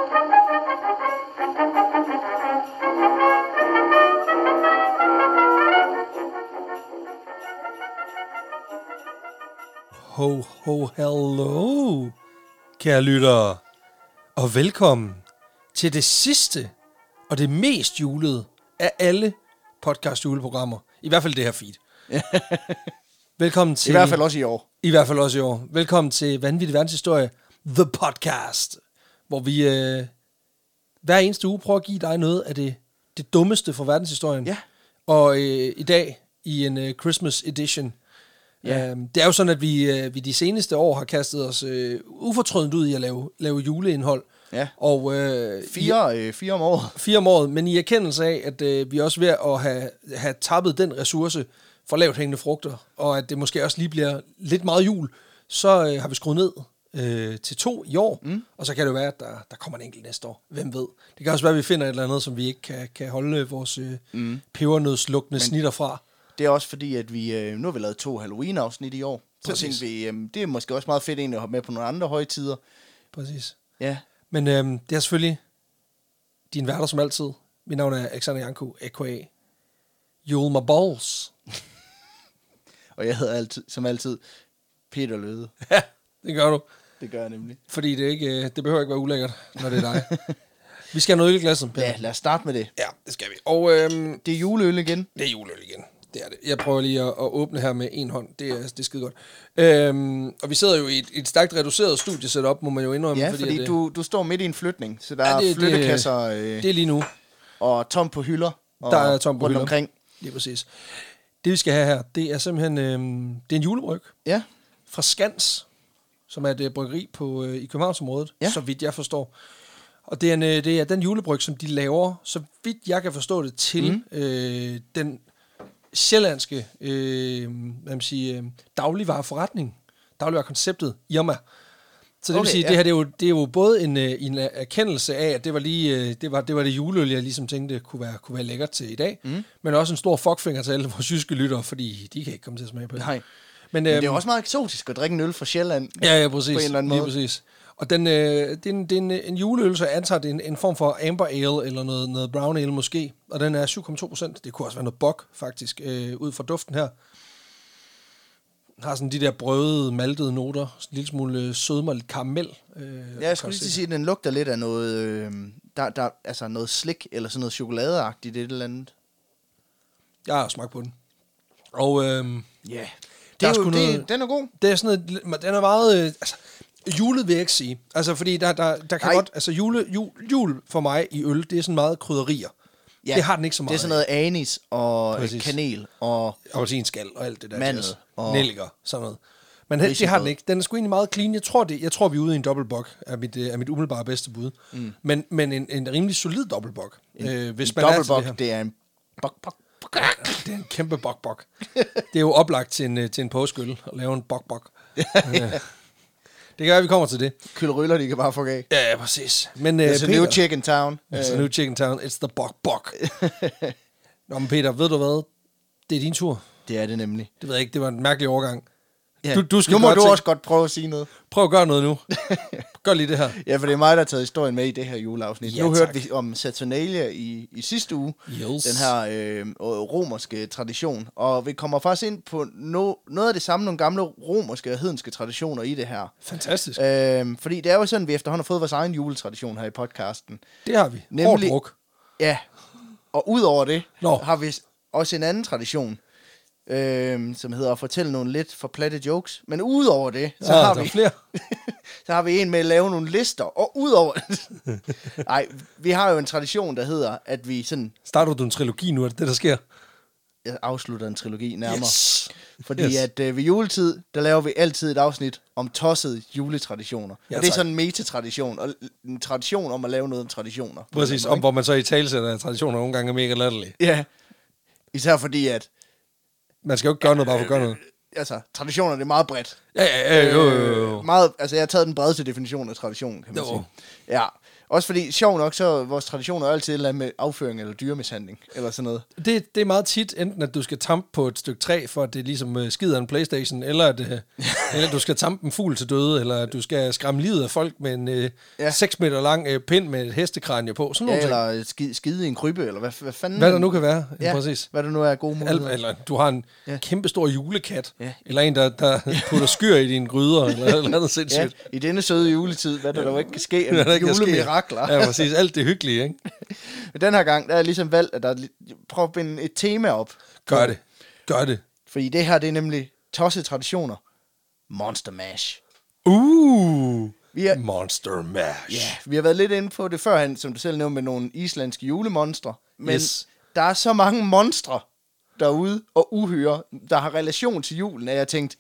Ho, ho, hello, kære lyttere, og velkommen til det sidste og det mest julede af alle podcast juleprogrammer. I hvert fald det her feed. Velkommen til... I hvert fald også i år. I hvert fald også i år. Velkommen til Vanvittig Verdenshistorie, The Podcast, hvor vi hver eneste uge prøver at give dig noget af det dummeste fra verdenshistorien. Ja. Og i dag i en Christmas edition. Ja. Det er jo sådan, at vi de seneste år har kastet os ufortrødent ud i at lave juleindhold. Ja. Og, Fire om året. 4 om året, men i erkendelse af, at vi også er ved at have tappet den ressource for lavt hængende frugter, og at det måske også lige bliver lidt meget jul, så har vi skruet ned til 2 i år, og så kan det jo være, at der kommer en enkelt næste år. Hvem ved? Det kan også være, at vi finder et eller andet, som vi ikke kan holde vores pebernødslugtende snitter fra. Det er også fordi, at vi nu har vi lavet 2 Halloween-afsnit i år. Så tænkte vi, det er måske også meget fedt egentlig at have med på nogle andre højtider. Præcis. Ja. Men det er selvfølgelig din værter som altid. Mit navn er Alexander Janko, a.k.a. Jule my balls. Og jeg hedder som altid Peter Løde. Ja, det gør du. Det gør jeg nemlig. Fordi det behøver ikke være ulækkert, når det er dig. Vi skal have noget øl i glasset, Peter. Ja, lad os starte med det. Ja, det skal vi. Og det er juleøl igen. Det er juleøl igen. Det er det. Jeg prøver lige at åbne her med en hånd. Det er skide godt. Og vi sidder jo i et stærkt reduceret studiesetup, må man jo indrømme. Ja, fordi du står midt i en flytning, så der er flyttekasser. Det er lige nu. Og tom på hylder. Og der er tom på hylder. Omkring. Lige præcis. Det vi skal have her, det er simpelthen det er en julebryg. Ja. Fra Skans, som er et bryggeri i Københavnsområdet, så vidt jeg forstår. Og det er den julebryg, som de laver, så vidt jeg kan forstå det, til den sjællandske dagligvareforretning, dagligvarekonceptet Irma. Så det vil sige, det her det er jo både en erkendelse af, at det var lige det var det juleøl, jeg ligesom tænkte kunne være lækkert til i dag, men også en stor fuckfinger til alle vores jyske lyttere, fordi de kan ikke komme til at smage på det. Nej. Men det er også meget eksotisk at drikke en øl fra Sjælland. Ja, præcis. På en eller anden måde. Lige præcis. Og det er en juleøl, så jeg antager, det er en form for amber ale, eller noget brown ale måske. Og den er 7,2%. Det kunne også være noget bok, faktisk, ud fra duften her. Har sådan de der brødede, maltede noter. Sådan en lille smule sødme og lidt karamel. Ja, jeg skulle lige sige, at den lugter lidt af noget, altså noget slik, eller sådan noget chokoladeagtigt, et eller andet. Jeg har smagt på den. Og ja, den er god. Det er sådan noget, den er meget... julet vil jeg ikke sige. Altså, fordi der kan godt... Altså, jul for mig i øl, det er sådan meget krydderier. Ja, det har den ikke så meget. Det er sådan noget anis og kanel og... appelsinskal og alt det der. Mandel og nelliker, sådan noget. Men det har den ikke. Den er sgu egentlig meget clean. Jeg tror, vi er ude i en dobbeltbok, er mit umiddelbare bedste bud. Men en rimelig solid dobbeltbok. Hvis en dobbeltbok, det er en bok. Det er en kæmpe bok. Det er jo oplagt til en påskeøl at lave en bok. Det gør, at vi kommer til det. Kølleryller, de kan bare få af. Ja, præcis. Men It's a new chicken town. It's a new chicken town. It's the bok. Nå, men Peter, ved du hvad? Det er din tur. Det er det nemlig. Det ved jeg ikke, det var en mærkelig overgang. Ja. Nu må du også godt prøve at sige noget. Prøv at gøre noget nu. Gør lige det her. Ja, for det er mig, der har taget historien med i det her juleafsnit. Ja, nu hørte vi om Saturnalia i sidste uge. Yes. Den her romerske tradition. Og vi kommer faktisk ind på noget af det samme, nogle gamle romerske og hedenske traditioner i det her. Fantastisk. Fordi det er jo sådan, at vi efterhånden har fået vores egen juletradition her i podcasten. Det har vi. Nemlig, hårdt druk. Ja, og udover det har vi også en anden tradition. Som hedder at fortælle nogle lidt for platte jokes. Men udover det, så har vi flere. Så har vi en med at lave nogle lister. Og udover nej, vi har jo en tradition, der hedder, at vi sådan... Starter du en trilogi nu? Er det der sker? Jeg afslutter en trilogi nærmere. Yes. Fordi at ved juletid, der laver vi altid et afsnit om tossede juletraditioner. Ja, og det er sådan en metatradition, og en tradition om at lave noget om traditioner. Præcis, om hvor man så i talesætter traditioner nogle gange er mega latterlige. Ja, især fordi at... Man skal jo ikke gøre noget bare for at gøre noget. Altså, traditioner, det er meget bredt. Ja, jo. Meget, altså, jeg har taget den bredeste definition af tradition, kan man sige. Ja, Også fordi, sjov nok, så vores traditioner er altid et eller andet med afføring eller dyremishandling, eller sådan noget. Det er meget tit, enten at du skal tampe på et stykke træ, for at det ligesom skider en PlayStation, eller at du skal tampe en fugl til døde, eller at du skal skræmme livet af folk med en 6 meter lang pind med et hestekranje på. Sådan nogle eller skide i en krybe, eller hvad fanden? Hvad der nu kan være, præcis. Hvad der nu er gode muligheder. Eller du har en kæmpe stor julekat, eller en, der putter skyr i dine gryder, eller andet sindssygt. I denne søde juletid, hvad der jo ikke kan ske, julemirakler. Ja, præcis. Alt det hyggelige, ikke? Men den her gang, der er ligesom valgt, at der prøver at binde et tema op. Gør det. Fordi det her, det er nemlig tossede traditioner. Monster Mash. Monster Mash. Ja, vi har været lidt inde på det førhen, som du selv nævnte, med nogle islandske julemonstre. Men der er så mange monstre derude og uhyre, der har relation til julen, at jeg tænkte,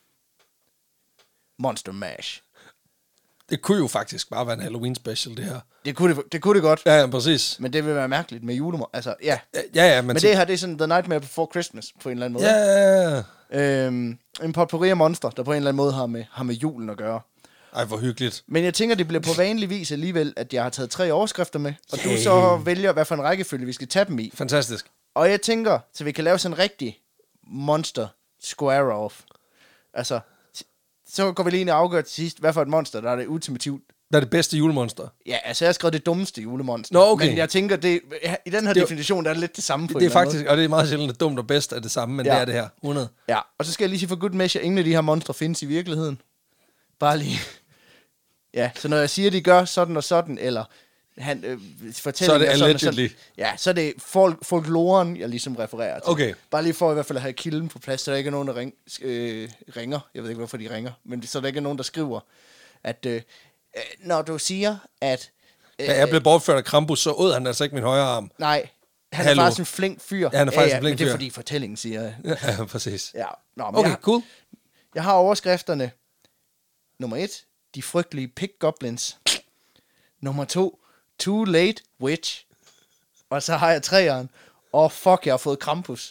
Monster Mash. Det kunne jo faktisk bare være en Halloween special, det her. Det kunne det godt. Ja, præcis. Men det vil være mærkeligt med julemor. Altså, ja. Men det her, det er sådan The Nightmare Before Christmas, på en eller anden måde. Ja. En potpourri af monster, der på en eller anden måde har med julen at gøre. Ej, hvor hyggeligt. Men jeg tænker, det bliver på vanlig vis alligevel, at jeg har taget 3 overskrifter med, og du så vælger, hvad for en rækkefølge vi skal tage dem i. Fantastisk. Og jeg tænker, så vi kan lave sådan en rigtig monster square-off. Altså, så går vi lige ind og afgør til sidst, hvad for et monster, der er det ultimativt. Der er det bedste julemonster? Ja, altså jeg har skrevet det dummeste julemonster. Nå, okay. Men jeg tænker, i den her definition, der er det lidt det samme på det er faktisk, og det er meget sjældent, at dumt og bedst er det samme, men det er det her. 100. Ja, og så skal jeg lige sige for good measure, ingen af de her monstre findes i virkeligheden. Bare lige. Ja, så når jeg siger, de gør sådan og sådan, eller han fortæller... Så er det allegedly. Ja, så er det folkloren, jeg ligesom refererer til. Okay. Bare lige for i hvert fald at have kilden på plads, så der ikke er nogen, der ringer. Jeg ved ikke, hvorfor de ringer, men så der ikke er nogen, der skriver, at når du siger, at... Da jeg blev bortført af Krampus, så åd han altså ikke min højre arm. Nej, han er faktisk en flink fyr. Ja, han er faktisk en flink men fyr. det er fordi fortællingen siger... Ja, præcis. Ja. Nå, okay, cool. Jeg har overskrifterne. Nummer 1, de frygtelige pig goblins. Nummer 2, Too Late Witch. Og så har jeg 3'eren. Fuck, jeg har fået Krampus.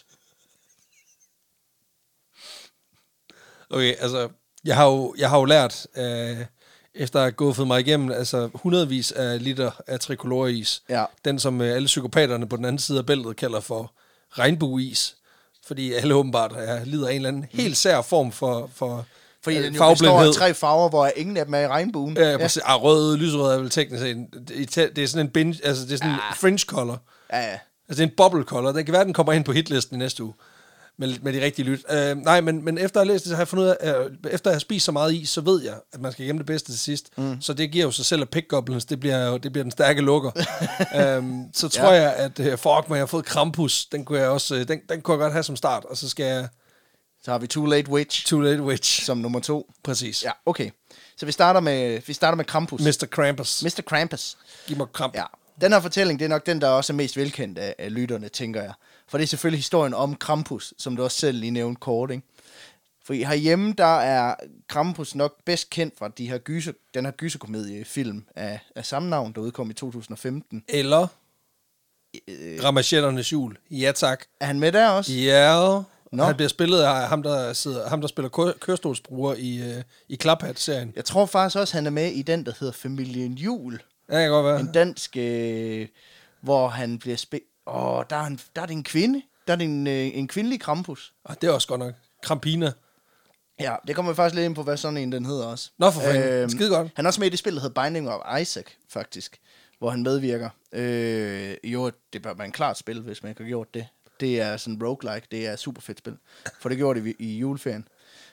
Okay, altså, jeg har jo lært, efter at have guffet mig igennem, altså hundredvis af liter af trikoloris. Ja. Den, som alle psykopaterne på den anden side af bæltet kalder for regnbueis. Fordi alle åbenbart lider af en eller anden helt sær form for fordi den jo består af 3 farver, hvor ingen af dem er i regnbuen. Ja, præcis. Rød, lyserød er vel teknisk set. Det er sådan en binge, altså det er sådan en fringe color. Ja. Altså det er en bubble color. Det kan være, den kommer ind på hitlisten i næste uge. Med de rigtige lyt. Nej, men efter at have læst det, så har jeg fundet ud af, efter at have spist så meget is, så ved jeg, at man skal gemme det bedste til sidst. Så det giver jo sig selv, at pig goblins, det bliver den stærke lukker. Så tror jeg, at fuck, man har fået Krampus. Den kunne jeg også, den kunne jeg godt have som start. Og så skal jeg... Så har vi Too Late Witch. Som nummer 2. Præcis. Ja, okay. Så vi starter med Krampus. Mr. Krampus. Giv mig Krampus. Ja. Den her fortælling, det er nok den, der også er mest velkendt af lytterne, tænker jeg. For det er selvfølgelig historien om Krampus, som du også selv lige nævnte kort, ikke? For herhjemme, der er Krampus nok bedst kendt fra den her gyserkomediefilm af samme navn, der udkom i 2015. Eller Ramachetternes jul. Ja, tak. Er han med der også? Ja. Han bliver spillet af ham, der spiller kørestolsbruger i Klaphat-serien. Jeg tror faktisk også, han er med i den, der hedder Familien Jul. Ja, det kan godt være. En dansk, hvor han bliver der er det en kvinde. Der er det en kvindelig Krampus. Det er også godt nok. Krampina. Ja, det kommer vi faktisk lidt ind på, hvad sådan en den hedder også. Nå, for fanden. Skide godt. Han er også med i det spil, der hedder Binding of Isaac, faktisk. Hvor han medvirker. Jo, det bør være en klart spil, hvis man ikke har gjort det. Det er sådan roguelike. Det er super fedt spil. For det gjorde det i juleferien.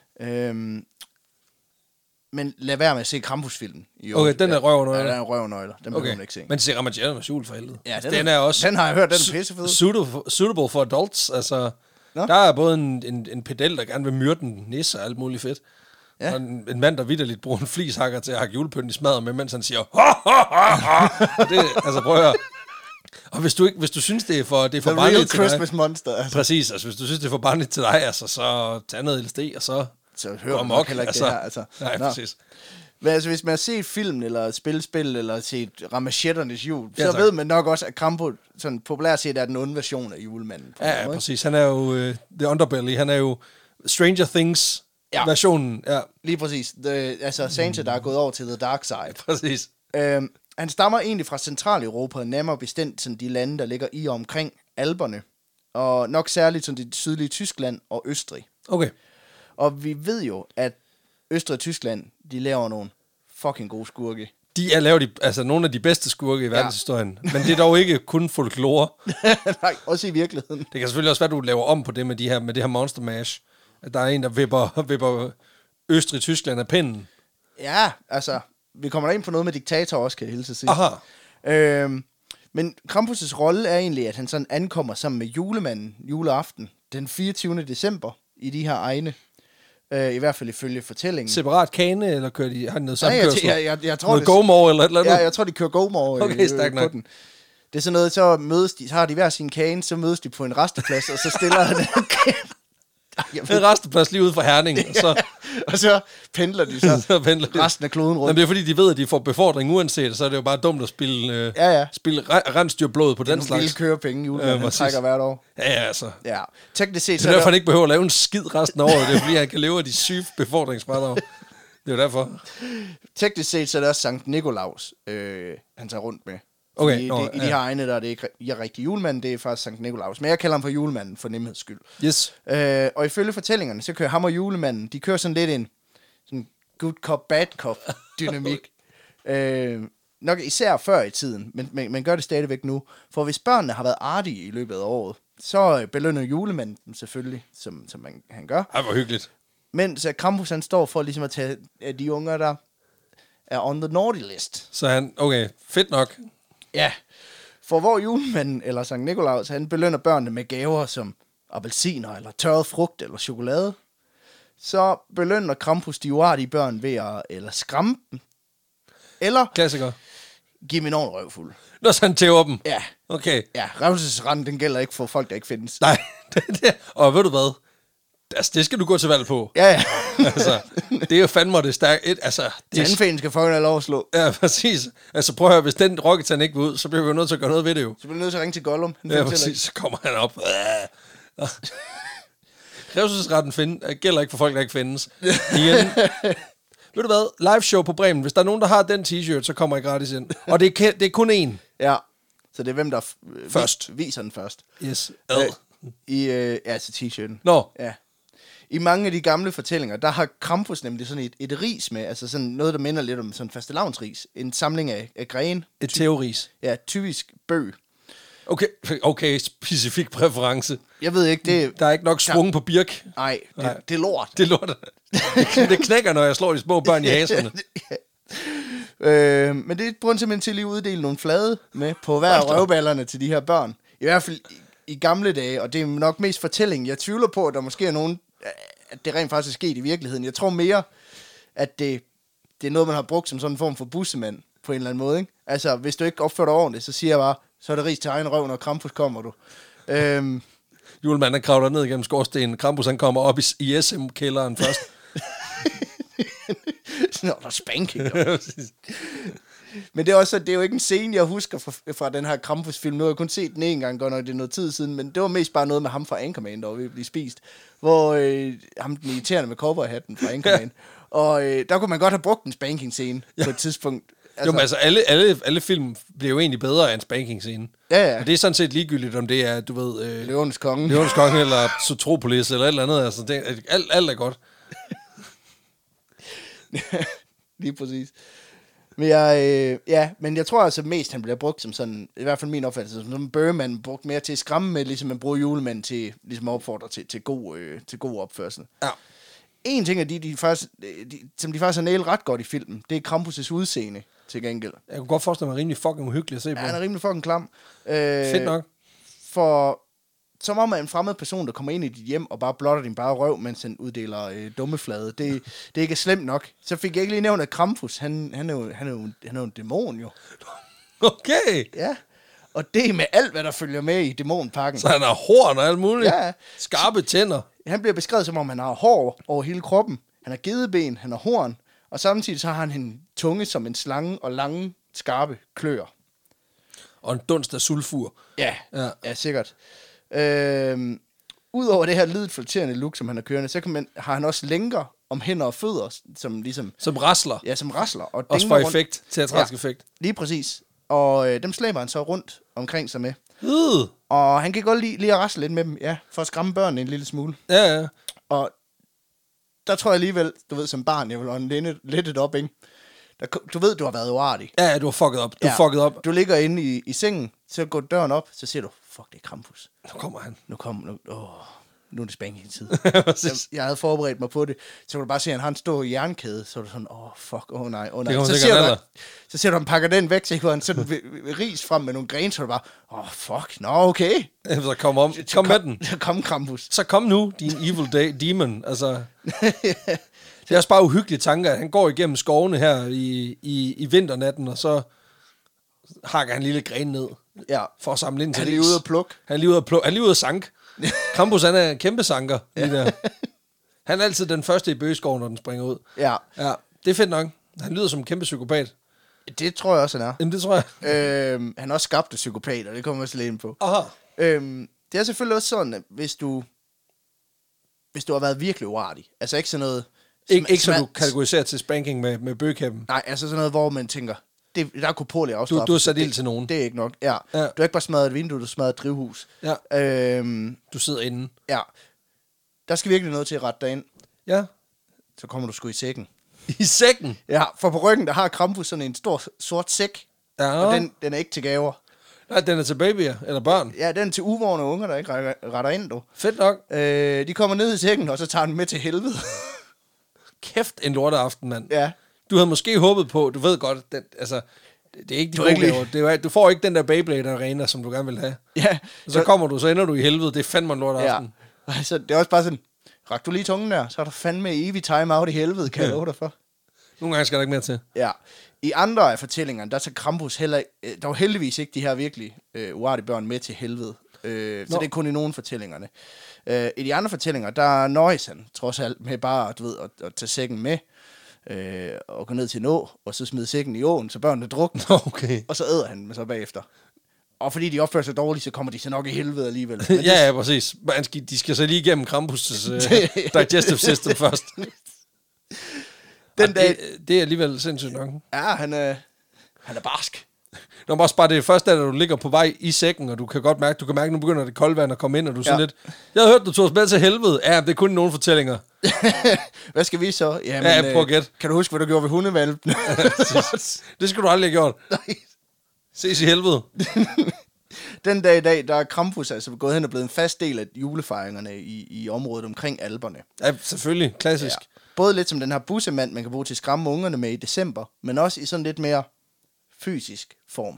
Men lad være med at se Krampus-filmen. Okay, den er røvnøgler. Ja, den er røvnøgler. Den behøver man ikke se. Men se Ramachetternes jul for helvede. Ja, den er også... Den har jeg hørt, den er pissefed. Suitable for adults. Altså, der er både en pedel, der gerne vil myrde en nisse og alt muligt fedt. Ja. Og en mand, der vitterligt bruger en flishakker til at hakke julepynten i smadret med, mens han siger... Det, altså, prøv at høre. Og hvis du synes, det er for barnligt til dig... Christmas monster. Altså. Præcis, altså hvis du synes, det er for barnligt til dig, altså, så tag noget LSD, og så hører man nok heller ikke det her. Altså. Nej, præcis. Men altså, hvis man har set film, eller spil, eller set Ramachetternes jul, så ved man nok også, at Krampus, sådan populært set, er den onde version af julemanden. Ja, præcis. Han er jo The Underbelly. Han er jo Stranger Things versionen. Ja. Lige præcis. Altså Santa, der er gået over til The Dark Side. Præcis. Han stammer egentlig fra Centraleuropa, nærmere bestemt sådan de lande, der ligger i og omkring Alperne, og nok særligt sådan det sydlige Tyskland og Østrig. Okay. Og vi ved jo, at Østrig og Tyskland, de laver nogle fucking gode skurke. De er lavet nogle af de bedste skurke i verdenshistorien, men det er dog ikke kun folklore. Nej, også i virkeligheden. Det kan selvfølgelig også være, at du laver om på det med det her Monster Mash. At der er en, der vipper Østrig Tyskland af pinden. Ja, altså, vi kommer der ind på noget med diktator også, kan jeg hilse at sige. Aha. Men Krampus' rolle er egentlig, at han sådan ankommer sammen med julemanden juleaften den 24. december i de her egne. I hvert fald ifølge fortællingen. Separat kane, eller kører de noget samkørsel? Jeg tror, noget go-more eller et eller andet? Ja, jeg tror, de kører go-more okay, på den. Det er sådan noget, så mødes de, så har de hver sin kane, så mødes de på en resteplads, og så stiller han en resteplads lige ude for Herning, og så pendler de så resten af kloden rundt. Jamen, det er fordi, de ved, at de får befordring uanset, så er det jo bare dumt at spille rensdyrblod på den slags. Det er nogle kørepenge, julemanden trækker hvert år. Ja, altså. Ja. Teknisk set, det er derfor, han ikke behøver at lave en skid resten af året. Det er fordi, han kan leve af de syge befordringsfradrag. Det er jo derfor. Teknisk set, så er det også Sankt Nikolaus, han tager rundt med. Okay, I de her egne, der er det ikke rigtig julemanden, det er faktisk Sankt Nikolaus. Men jeg kalder ham for julemanden for nemheds skyld. Yes. Og ifølge fortællingerne, så kører ham og julemanden, de kører sådan lidt en sådan good cop, bad cop dynamik. Nok især før i tiden, men man gør det stadigvæk nu. For hvis børnene har været artige i løbet af året, så belønner julemanden dem selvfølgelig, som han gør. Ej, hvor hyggeligt. Mens Krampus han står for ligesom at tage de unger, der er on the naughty list. Så han, okay, fedt nok. Ja, for hvor julemanden eller Sankt Nikolaus, han belønner børnene med gaver som appelsiner, eller tørret frugt, eller chokolade, så belønner Krampus de uartige børn ved at eller skræmme dem, eller klassiker. Give dem en ordentlig røvfuld. Nå, så han tæver dem? Ja. Okay. Ja, revselsesretten, den gælder ikke for folk, der ikke findes. Nej, og ved du hvad? Altså, det skal du gå til valg på. Ja. Altså, det er jo fandme det stærke. Altså, Tandfænden skal folk have lov at slå. Ja, præcis. Altså, prøv at høre, hvis den rocketand ikke vil ud, så bliver vi jo nødt til at gøre noget ved det jo. Så bliver vi nødt til at ringe til Gollum. Ja, præcis. Så kommer han op. Revselsesretten gælder ikke for folk, der ikke findes. Igen. Ved du hvad? Live show på Bremen. Hvis der er nogen, der har den t-shirt, så kommer I gratis ind. Og det er kun én. Ja. Så det er hvem, der først viser den først. Yes. Altså t-shirten. Nå. Ja. I mange af de gamle fortællinger, der har Krampus nemlig sådan et ris med, altså sådan noget, der minder lidt om sådan fastelavnsris. En samling af grene. Et teoris. Ja, typisk bøg. Okay, specifik præference. Jeg ved ikke, det... Der er ikke nok svung på birk. Nej, det er lort. Det er lort. Det knækker, når jeg slår de små børn i haserne. Men det bruger simpelthen til lige at uddele nogle flade med på hver røvballerne til de her børn. I hvert fald i gamle dage, og det er nok mest fortælling. Jeg tvivler på, at der måske er nogen, at det rent faktisk er sket i virkeligheden. Jeg tror mere, at det er noget, man har brugt som sådan en form for bussemand på en eller anden måde. Ikke? Altså, hvis du ikke opfører dig ordentligt, så siger jeg bare, så er det ris til egen røv, når Krampus kommer du. Julemanden kravler ned gennem skorstenen. Krampus han kommer op i SM-kælderen først. Nå, der er spanking. Men det er jo ikke en scene, jeg husker fra den her Krampus-film. Nu har jeg kun set den en gang, godt nok det er noget tid siden, men det var mest bare noget med ham fra Anchorman, der var ved at blive spist. Hvor ham den irriterende med cowboyhatten fra Anchorman. Og der kunne man godt have brugt en spanking-scene på et tidspunkt. Altså, jo, men altså alle film bliver jo egentlig bedre af en spanking-scene. Ja. Og det er sådan set ligegyldigt, om det er, du ved... Løvernes Konge. Løvernes Konge, eller Zootropolis, eller et eller andet. Altså, alt er godt. Lige præcis. Men men jeg tror altså mest, han bliver brugt som sådan, i hvert fald min opfattelse, som en bøgemand, brugt mere til at skræmme med, ligesom man bruger julemanden til ligesom at opfordre til god opførsel. Ja. En ting af som de faktisk har nailet ret godt i filmen, det er Krampus' udseende til gengæld. Jeg kunne godt forestille mig rimelig fucking uhyggelig at se på. Ja, han er rimelig fucking klam. Fedt nok. For som om en fremmed person, der kommer ind i dit hjem og bare blotter din bare røv, mens han uddeler dummeflade. Det ikke er slemt nok. Så fik jeg ikke lige nævnt, at Krampus, han er jo en dæmon jo. Okay. Ja. Og det er med alt, hvad der følger med i dæmonpakken. Så han har horn og alt muligt. Ja. Skarpe tænder. Han bliver beskrevet som om, han har hår over hele kroppen. Han har gedeben, han har horn. Og samtidig så har han en tunge som en slange og lange, skarpe kløer. Og en dunst af sulfur. Ja, sikkert. Udover det her lidet flirterende look, som han har kørende, så har han også lænker om hænder og fødder, som ligesom... Som rasler. Ja, som rasler. Og også for effekt, teatralsk effekt. Lige præcis. Og dem slæber han så rundt omkring sig med. Uh. Og han kan godt lige at rasle lidt med dem, ja, for at skræmme børnene en lille smule. Ja. Og der tror jeg alligevel, du ved, som barn, jeg vil ånde lidt op, ikke? Du ved, du har været uartig. Ja, du har fucket op. Fucket op. Du ligger inde i sengen, så går døren op, så siger du, fuck, det er Krampus. Nu kommer han. Nu er det Spanking-tid. jeg havde forberedt mig på det. Så kunne du bare se, at han står i jernkæde. Så er du sådan, fuck, nej. Så ser du, han pakker den væk, så han sådan ris frem med nogle grene, så er du bare, fuck, okay. Så kom med den. Så kom Krampus. Så kom nu, din evil demon. Altså, det er også bare uhyggelige tanker, at han går igennem skovene her i vinternatten, og så hakker han en lille gren ned. Ja. For at samle ind til Han er lige ude at plukke. Han er lige ude at sanke. Krampus, han er en kæmpe sanker. Der. Han er altid den første i bøgeskoven, når den springer ud. Ja, det er fedt nok. Han lyder som en kæmpe psykopat. Det tror jeg også, han er. Jamen, det tror jeg. Han er også skabt af psykopater, det kommer jeg også lidt ind på. Aha. Det er selvfølgelig også sådan, at hvis du har været virkelig uartig, altså ikke sådan noget... Ikke så du kategoriserer til spanking med bøgekæppen. Nej, altså sådan noget, hvor man tænker, der er korporlig afstraffelse. Du har sat ild til nogen. Det er ikke nok, ja. Du har ikke bare smadret et vindue, du har smadret et drivhus. Ja. Du sidder inde. Ja. Der skal virkelig noget til at rette dig ind. Ja. Så kommer du sgu i sækken. I sækken? Ja, for på ryggen, der har Krampus sådan en stor sort sæk. Ja. Og den er ikke til gaver. Nej, den er til babyer eller børn. Ja, den er til uvorne unger, der ikke retter ind, du. Fedt nok. De kommer ned i sækken, og så tager den med til helvede. Kæft, en lorteaften, mand. Ja. Du havde måske håbet på, du ved godt, det er ikke de gode gaver. Du får ikke den der Beyblade Arena, som du gerne vil have. Ja. Så ender du i helvede. Det er fandme en lorteaften. Ja. Altså, det er også bare sådan, rak du lige tungen der, så er der fandme evig time-out i helvede, kan jeg love dig for. Nogle gange skal der ikke mere til. Ja. I andre af fortællingerne, der tager Krampus heller... Der var heldigvis ikke de her virkelig uartige børn med til helvede. Så det er kun i nogle fortællingerne. I de andre fortællinger, der nøjes han trods alt med bare, du ved, at tage sækken med. Og gå ned til en å, og så smide sækken i åen, så børnene drukner. Okay. Og så æder han med så bagefter. Og fordi de opfører sig dårligt, så kommer de så nok i helvede alligevel. Ja, præcis. De skal så lige igennem Krampus' digestive system først. Det er alligevel sindssygt nok. Ja, han er barsk. Når man også bare det første, da du ligger på vej i sækken, og du kan mærke, nu begynder det kolde vand at komme ind, og du sådan lidt, jeg havde hørt, du tog os med til helvede. Ja, det er kun nogle fortællinger. Hvad skal vi så? Jamen, prøv at gætte. Kan du huske, hvad du gjorde ved hundevalpen? Det skulle du aldrig have gjort. Nej. Ses i helvede. Den dag i dag, der er Krampus altså gået hen og blevet en fast del af julefejringerne i området omkring Alperne. Ja, selvfølgelig. Klassisk. Ja. Både lidt som den her bussemand, man kan bruge til at skræmme ungerne med i december, men også i sådan lidt mere fysisk form.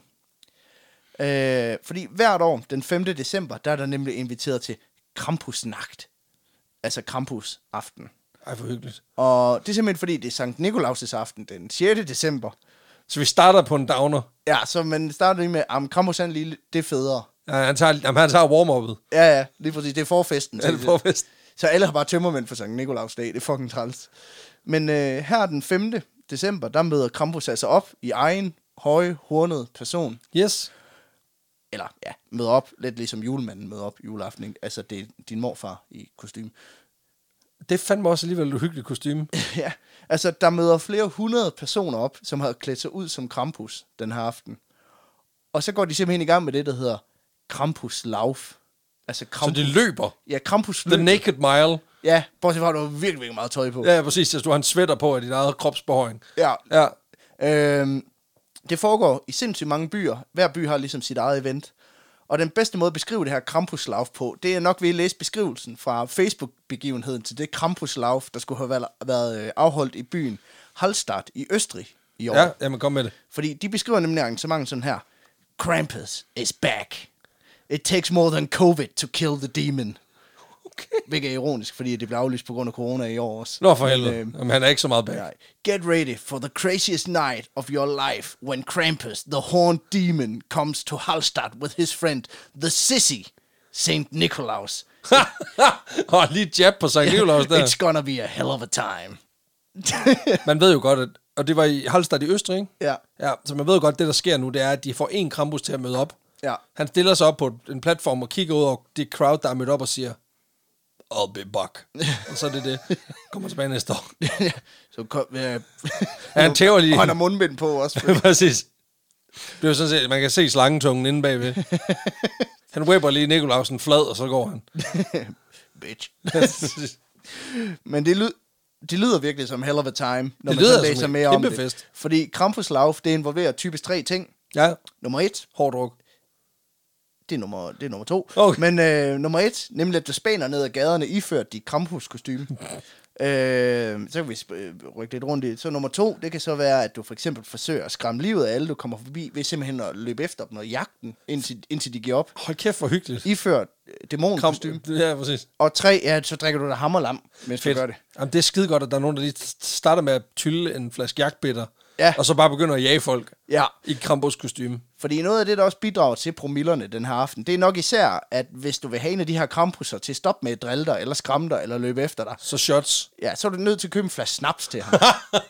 Fordi hvert år, den 5. december, der er der nemlig inviteret til Krampusnacht. Altså Krampus-aften. Ej, hvor hyggeligt. Og det er simpelthen fordi, det er Sankt Nikolaus' aften den 6. december. Så vi starter på en downer. Ja, så man starter lige med, Krampus er lige det er federe. Ja, han tager warm-up'et. Ja, lige præcis. Det er forfesten. Ja, det er forfesten. Så alle har bare tømmermænd for Sankt Nikolaus dag. Det er fucking træls. Men her den 5. december, der møder Krampus altså op i egen høje, hornede person. Yes. Eller, ja, møder op, lidt ligesom julemanden møder op juleaften. Altså, det er din morfar i kostume. Det fandme også alligevel et uhyggeligt kostume. Ja, altså, der møder flere 100 personer op, som har klædt sig ud som Krampus den her aften. Og så går de simpelthen i gang med det, der hedder Krampuslauf. Altså Krampus. Så det løber? Ja, Krampus løber. The Naked Mile. Ja, bortset fra, at du har virkelig, virkelig meget tøj på. Ja, præcis. Altså, du har en sweater på af dit eget kropsbehøring. Ja. Det foregår i sindssygt mange byer. Hver by har ligesom sit eget event. Og den bedste måde at beskrive det her Krampuslauf på, det er nok ved at læse beskrivelsen fra Facebook-begivenheden til det Krampuslauf, der skulle have været afholdt i byen Hallstatt i Østrig i år. Ja, jamen kom med det. Fordi de beskriver nemlig arrangementet sådan her. Krampus is back. It takes more than COVID to kill the demon. Okay. Hvilket er ironisk, fordi det blev aflyst på grund af corona i år også. Nå for helvede. Jamen, han er ikke så meget back. Get ready for the craziest night of your life when Krampus, the horned demon, comes to Hallstatt with his friend, the sissy, Saint Nikolaus. Lige jab på Saint Nikolaus der. It's gonna be a hell of a time. Man ved jo godt, at, og det var i Hallstatt i Østrig, ikke? Ja. Ja, så man ved jo godt, det der sker nu, det er, at de får en Krampus til at møde op. Ja. Han stiller sig op på en platform og kigger ud over det crowd, der er mødt op og siger, I'll be back. Og så er det. Kommer tilbage næste år. Så kom, han tæver lige. Og han har mundbind på også. Præcis. Det er jo sådan set, man kan se slangetungen inde bagved. Han whipper lige Nikolausen flad, og så går han. Bitch. Men det lyder virkelig som hell of a time, når det man så læser mere om det. Fest. Fordi Krampuslauf, det involverer typisk 3 ting. Ja. Nummer 1. Hård druk. Det er nummer 2. Okay. Men nummer 1, nemlig at du spænder ned ad gaderne, iført dit Krampus-kostyme. Så kan vi rykke lidt rundt i det. Så nummer 2, det kan så være, at du for eksempel forsøger at skræmme livet af alle, du kommer forbi, ved simpelthen at løbe efter dem og jagte dem, indtil de giver op. Hold kæft, hvor hyggeligt. Iført dæmonkostyme. Ja, præcis. Og 3, ja, så drikker du dig hammerlam, mens du gør det. Jamen, det er skide godt, at der er nogen, der lige starter med at tylle en flaske jagtbitter, ja. Og så bare begynder at jage folk i Krampus-kostyme. Fordi noget af det, der også bidrager til promillerne den her aften, det er nok især, at hvis du vil have en af de her Krampuser til at stoppe med at drille dig, eller skræmme dig, eller løbe efter dig. Så shots. Ja, så er du nødt til at købe en flaske snaps til ham.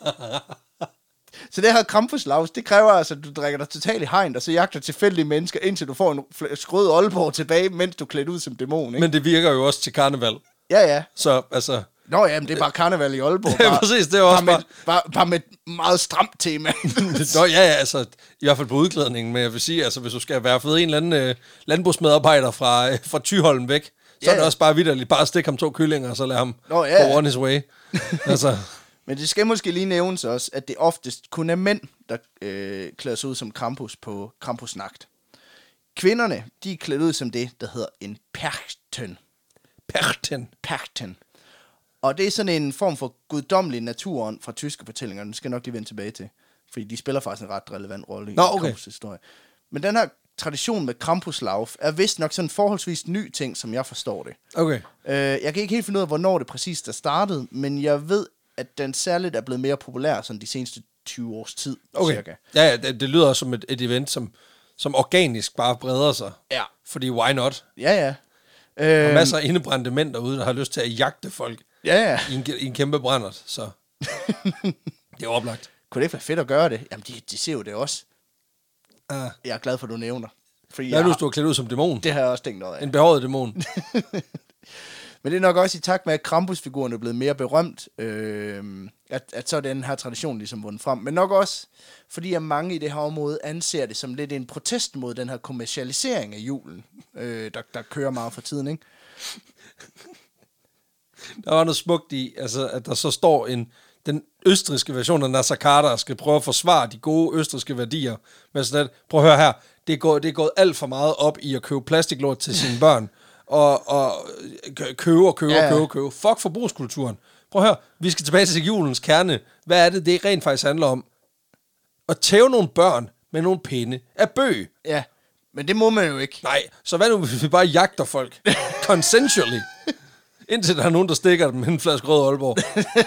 Så det her Krampuslauf, det kræver altså, at du drikker dig totalt i hegn, og så jagter tilfældige mennesker, indtil du får en skrød Aalborg tilbage, mens du er klædt ud som dæmon, ikke? Men det virker jo også til karneval. Ja. Så altså... Nå ja, men det er bare karneval i Aalborg. Ja, præcis, det er også bare med et meget stramt tema. Nå ja, altså, i hvert fald på udklædningen, men jeg vil sige, altså, hvis du skal være fed en eller anden landbrugsmedarbejder fra Thyholm væk, så er det også bare vitterligt, bare stikke ham 2 kyllinger, og så lad ham go on his way. Altså... Men det skal måske lige nævnes også, at det oftest kun er mænd, der klæder sig ud som Krampus på Krampusnagt. Kvinderne, de er klædt ud som det, der hedder en Perchten. Perchten. Og det er sådan en form for guddommelig naturånd fra tyske fortællinger. Den skal jeg nok lige vende tilbage til. Fordi de spiller faktisk en ret relevant rolle i Krampus' historie. Men den her tradition med Krampuslauf er vist nok sådan en forholdsvis ny ting, som jeg forstår det. Okay. Jeg kan ikke helt finde ud af, hvornår det præcis der startede, men jeg ved, at den særligt er blevet mere populær sådan de seneste 20 års tid, cirka. Ja, det lyder også som et event, som organisk bare breder sig. Ja. Fordi why not? Ja. Der er masser af indebrændte mænd derude, der har lyst til at jagte folk i en kæmpe brændert, så det er oplagt. Kunne det ikke være fedt at gøre det? Jamen, de ser jo det også. Jeg er glad for, at du nævner. Hvad er du stået klædt ud som dæmon? Det har jeg også tænkt noget af. En behåret dæmon. Men det er nok også i takt med, at Krampus-figuren er blevet mere berømt, at så er den her tradition ligesom vundet frem. Men nok også, fordi at mange i det her område anser det som lidt en protest mod den her kommercialisering af julen, der kører meget for tiden, ikke? Der var noget smukt i, altså, at der så står den østrigske version af Naser Khader skal prøve at forsvare de gode østrigske værdier. Men sådan, prøv at høre her, det er gået alt for meget op i at købe plastiklort til sine børn. Og købe. Fuck forbrugskulturen. Prøv at høre, vi skal tilbage til julens kerne. Hvad er det rent faktisk handler om? At tæve nogle børn med nogle pinde af bøg. Ja, men det må man jo ikke. Nej, så hvad nu, hvis vi bare jagter folk? Consensually. Indtil der er nogen, der stikker dem med en flaske rød Aalborg.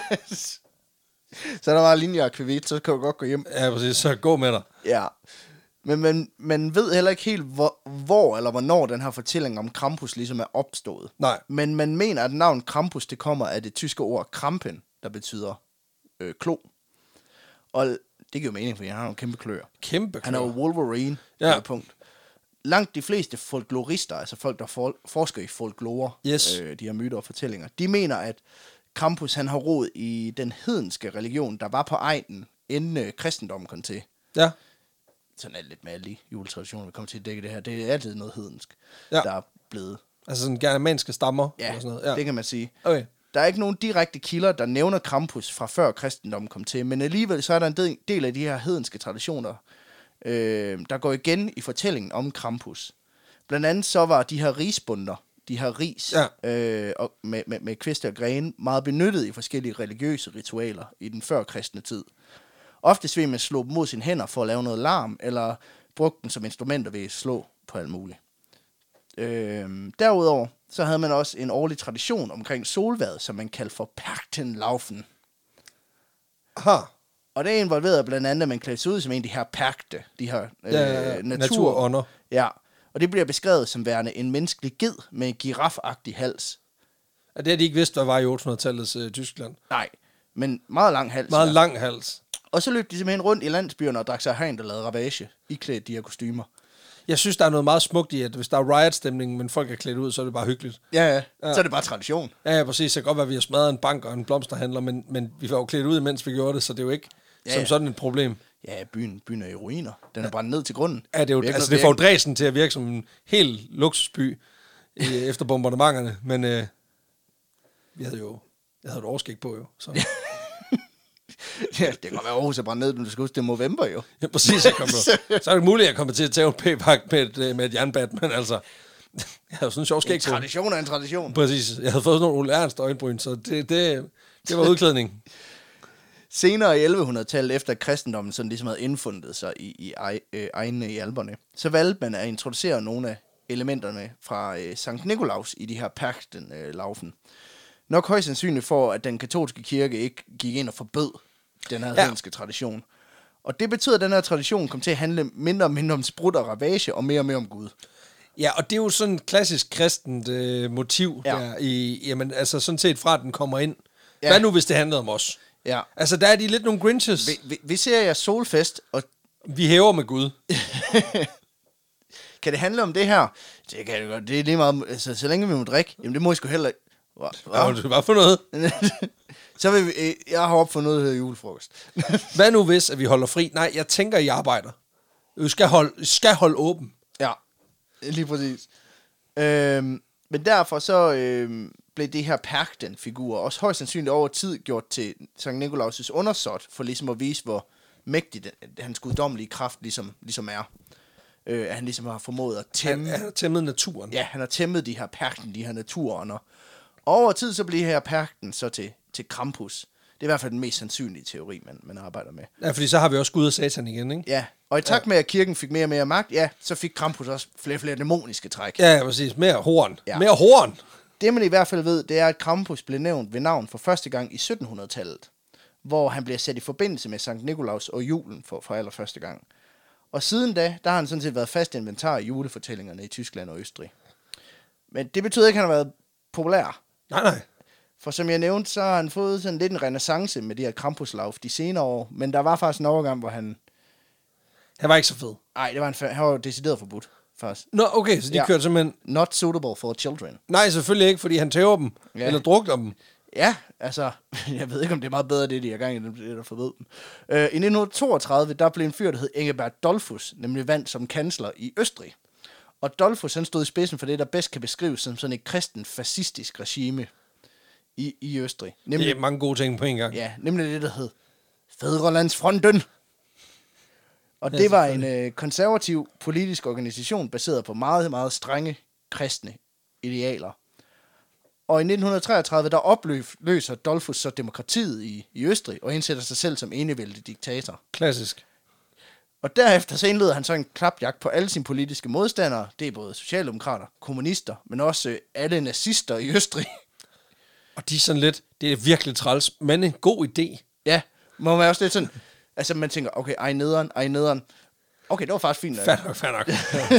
Så der var linjer af kvivit, så kan du godt gå hjem. Ja, præcis, så gå med dig. Ja. Men man ved heller ikke helt, hvor eller hvornår den her fortælling om Krampus ligesom er opstået. Nej. Men man mener, at navnet Krampus, det kommer af det tyske ord Krampen, der betyder klo. Og det giver jo mening, fordi han har nogle kæmpe kløer. Han er jo Wolverine på det punkt. Langt de fleste folklorister, altså folk, der forsker i folklore, de her myter og fortællinger, de mener, at Krampus, han har rod i den hedenske religion, der var på egnen, inden kristendommen kom til. Ja. Sådan er det lidt med alle de juletraditioner, vi kommer til at dække det her. Det er altid noget hedensk, der er blevet... Altså sådan germanske stammer? Ja, eller sådan noget. Ja, det kan man sige. Okay. Der er ikke nogen direkte kilder, der nævner Krampus fra før kristendommen kom til, men alligevel så er der en del af de her hedenske traditioner, der går igen i fortællingen om Krampus. Blandt andet så var de her risbunder, de her ris og med kviste og grene, meget benyttet i forskellige religiøse ritualer i den førkristne tid. Ofte vil man slå dem mod sine hænder for at lave noget larm, eller bruge dem som instrumenter ved at slå på alt muligt. Derudover så havde man også en årlig tradition omkring solvad, som man kaldte for Perchtenlaufen. Aha. Og det involverede blandt andet, at man klædte sig ud som en af de her Perchte, de her naturånder. Ja, og det bliver beskrevet som værende en menneskelig ged med en girafagtig hals. Og det har de ikke vidst, hvad var i 800-tallets Tyskland. Nej, men meget lang hals. Meget lang hals. Og så løb de simpelthen rundt i landsbyerne og drak sig hegn, der lavede ravage, iklædt de her kostymer. Jeg synes, der er noget meget smukt i, at hvis der er riot-stemning, men folk er klædt ud, så er det bare hyggeligt. Ja. Så er det bare tradition. Ja, præcis. Det kan godt være, at vi har smadret en bank og en blomsterhandler, men vi var jo klædt ud, mens vi gjorde det, så det er jo ikke som sådan et problem. Ja, byen er i ruiner. Den er brændt ned til grunden. Ja, det er jo, det får Dresden til at virke som en helt luksusby efter bombardementerne, men jeg havde et overskæg på jo. Så. Ja, det kan godt være Aarhus er brændt ned, men du skal huske, det er november jo. Ja, præcis. Så er det muligt, at jeg kommer til at tage en p-pakke med et jernbat, men altså, jeg havde sådan en sjov skæg på. En tradition er en tradition. Præcis. Jeg havde fået sådan nogle Ole Ernst øjenbryn, så det var udklædning. Senere i 1100-tallet, efter kristendommen sådan ligesom havde indfundet sig i egne i Alperne, så valgte man at introducere nogle af elementerne fra Sankt Nikolaus i de her Perchten-laufen. Nok højst sandsynligt for, at den katolske kirke ikke gik ind og forbød den her hedenske tradition. Og det betyder, at den her tradition kom til at handle mindre og mindre om sprut og ravage, og mere om Gud. Ja, og det er jo sådan et klassisk kristent motiv, der jamen, altså sådan set fra, at den kommer ind. Ja. Hvad nu, hvis det handlede om os? Ja. Altså, der er de lidt nogle Grinches. Vi ser jeres solfest, og... Vi hæver med Gud. Kan det handle om det her? Det kan det godt. Det er lige meget... Altså, så længe vi må drikke, jamen det må I sgu heller... Ja, du bare få noget. Så vil vi... Jeg har opfundet noget, der hedder julefrokost. Hvad nu hvis, at vi holder fri? Nej, jeg tænker, I arbejder. I skal holde åben. Ja, lige præcis. Men derfor så blev det her Perchten-figurer også højst sandsynligt over tid gjort til Sankt Nikolaus' undersåt, for ligesom at vise, hvor mægtig hans guddommelige kraft ligesom er. At han ligesom har formået at tæmme... Han har tæmmet naturen. Ja, han har tæmmet de her Perchten, de her naturånder. Og over tid så bliver her Perchten så til Krampus. Det er i hvert fald den mest sandsynlige teori, man arbejder med. Ja, fordi så har vi også Gud og Satan igen, ikke? Ja, og i takt med, at kirken fik mere og mere magt, så fik Krampus også flere dæmoniske træk. Ja, præcis. Mere horn. Ja. Mere horn! Det, man i hvert fald ved, det er, at Krampus blev nævnt ved navn for første gang i 1700-tallet, hvor han bliver sat i forbindelse med Sankt Nikolaus og julen for allerførste gang. Og siden da har han sådan set været fast inventar i julefortællingerne i Tyskland og Østrig. Men det betyder ikke, at han har været populær. Nej. For som jeg nævnte, så har han fået sådan lidt en renaissance med de her Krampuslauf de senere år. Men der var faktisk en overgang, hvor han... Han var ikke så fed. Nej, han var decideret forbudt, faktisk. Nå, okay, så de kørte simpelthen... Not suitable for children. Nej, selvfølgelig ikke, fordi han tæver dem. Ja. Eller drukner dem. Ja, altså... Jeg ved ikke, om det er meget bedre, det de har gang i, end det, der forbød dem. I 1932, der blev en fyr, der hed Engelbert Dollfuss, nemlig valgt som kansler i Østrig. Og Dollfuss, han stod i spidsen for det, der bedst kan beskrives som sådan et kristen fascistisk regime i Østrig. Nemlig, det er mange gode ting på en gang. Ja, nemlig det, der hed Fædrelandsfronten. Og det var en konservativ politisk organisation, baseret på meget, meget strenge kristne idealer. Og i 1933, der opløser Dollfuss så demokratiet i Østrig, og indsætter sig selv som enevældig diktator. Klassisk. Og derefter så indleder han så en klapjagt på alle sine politiske modstandere. Det er både socialdemokrater, kommunister, men også alle nazister i Østrig. Og de er sådan lidt, det er virkelig træls, men en god idé. Ja, må man også lidt sådan, altså man tænker, okay, ej nederen. Okay, det var faktisk fint. Fair nok.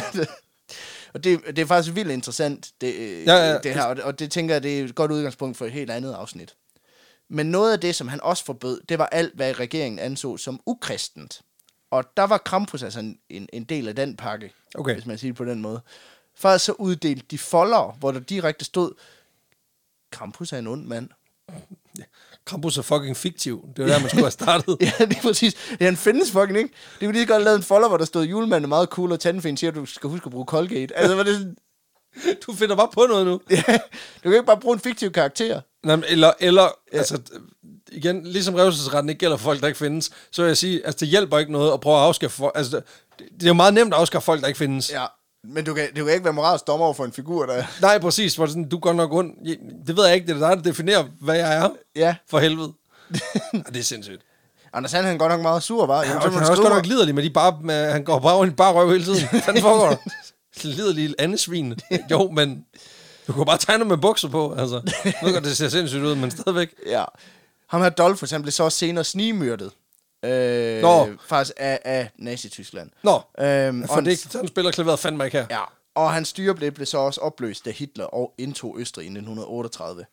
Og det er faktisk vildt interessant, det her, og det tænker jeg, det er et godt udgangspunkt for et helt andet afsnit. Men noget af det, som han også forbød, det var alt, hvad regeringen anså som ukristent. Og der var Krampus altså en del af den pakke, hvis man siger det på den måde. Faktisk så uddelte de folder, hvor der direkte stod, Krampus er en ond mand. Ja. Krampus er fucking fiktiv. Det var der, man skulle have startet. Ja, det er præcis. Ja, han findes fucking ikke. Det ville lige godt lave en folder, hvor der stod, julemanden er meget cool, og tandfen siger, at du skal huske at bruge Colgate. Altså, var det sådan... Du finder bare på noget nu. Ja, du kan ikke bare bruge en fiktiv karakter. Nej, eller altså, igen, ligesom revselsesretten ikke gælder for folk, der ikke findes, så vil jeg sige, altså, det hjælper ikke noget at prøve at afskaffe folk. Altså, det er jo meget nemt at afskaffe folk, der ikke findes. Ja, men du kan ikke være moralsk dommer over for en figur, der... Nej, præcis. Hvor sådan, du går nok rundt. Det ved jeg ikke, det er dig, der definerer, hvad jeg er. Ja. For helvede. Det er sindssygt. Anders han godt nok meget sur, var. Ja, han er også godt nok liderlig med de bare... Han går bare i bare røv hele tiden. Hvad foregår der? Liderlig andesvin. Jo, men... Du kan bare tegne med bukser på, altså. Nu kan det se sindssygt ud, men stadigvæk. Ja. Ham her Dollfuss, han blev så senere snigmyrdet. Faktisk af Nazi-Tyskland. For det sådan spiller klaveret fandme ikke her. Ja, og hans styre blev så også opløst, da Hitler indtog Østrig i 1938.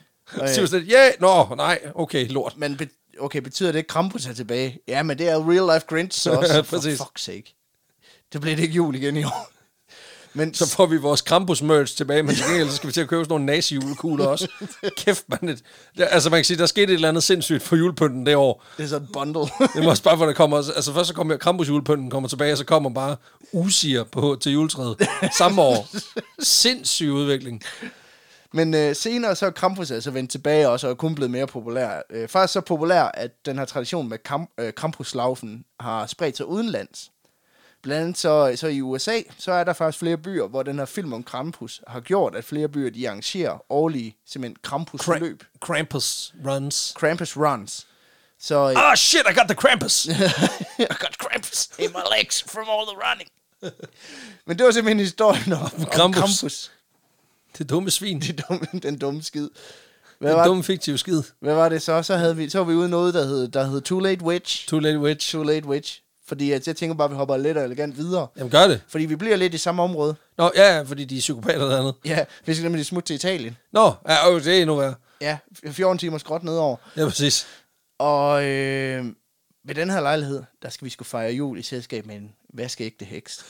Okay, lort. Men betyder det ikke, Krampus er tilbage? Ja, men det er real life Grinch, så også, for fuck's sake. Det blev det ikke jul igen i år. Men så får vi vores Krampus-merch tilbage, men til gengæld så skal vi til at købe sådan nogle nazi-julekugler også. Kæft, man. Altså man kan sige, der skete et eller andet sindssygt for julepynten det år. Det er sådan et bundle. Det må også bare, hvor der kommer... Altså først så kommer Krampus-julepynten kommer tilbage, og så kommer bare usiger til juletræet samme år. Sindssyg udvikling. Men senere så er Krampus altså vendt tilbage også, og er kun blevet mere populær. Faktisk så populær, at den her tradition med Krampuslaufen har spredt sig udenlands. Blandt andet så i USA, så er der faktisk flere byer, hvor den her film om Krampus har gjort, at flere byer, de arrangerer årlige, simpelthen Krampus-løb. Krampus runs. Krampus runs. Så, shit, I got the Krampus! I got Krampus in my legs from all the running. Men det var simpelthen historien om Krampus. Det dumme svin. Den dumme skid. Den dumme fiktive skid. Hvad var det så? Så var vi ude noget, der hed Too Late Witch. Too Late Witch. Too Late Witch. Fordi jeg tænker bare, at vi hopper lidt og elegant videre. Jamen gør det. Fordi vi bliver lidt i samme område. Nå, ja, fordi de er psykopater dernede. Ja, vi skal nemlig smutte til Italien. Nå, ja, det er endnu værre. Ja, 14 timer skråt nedover. Ja, præcis. Og ved den her lejlighed, der skal vi sgu fejre jul i selskab med en vaskeægte heks.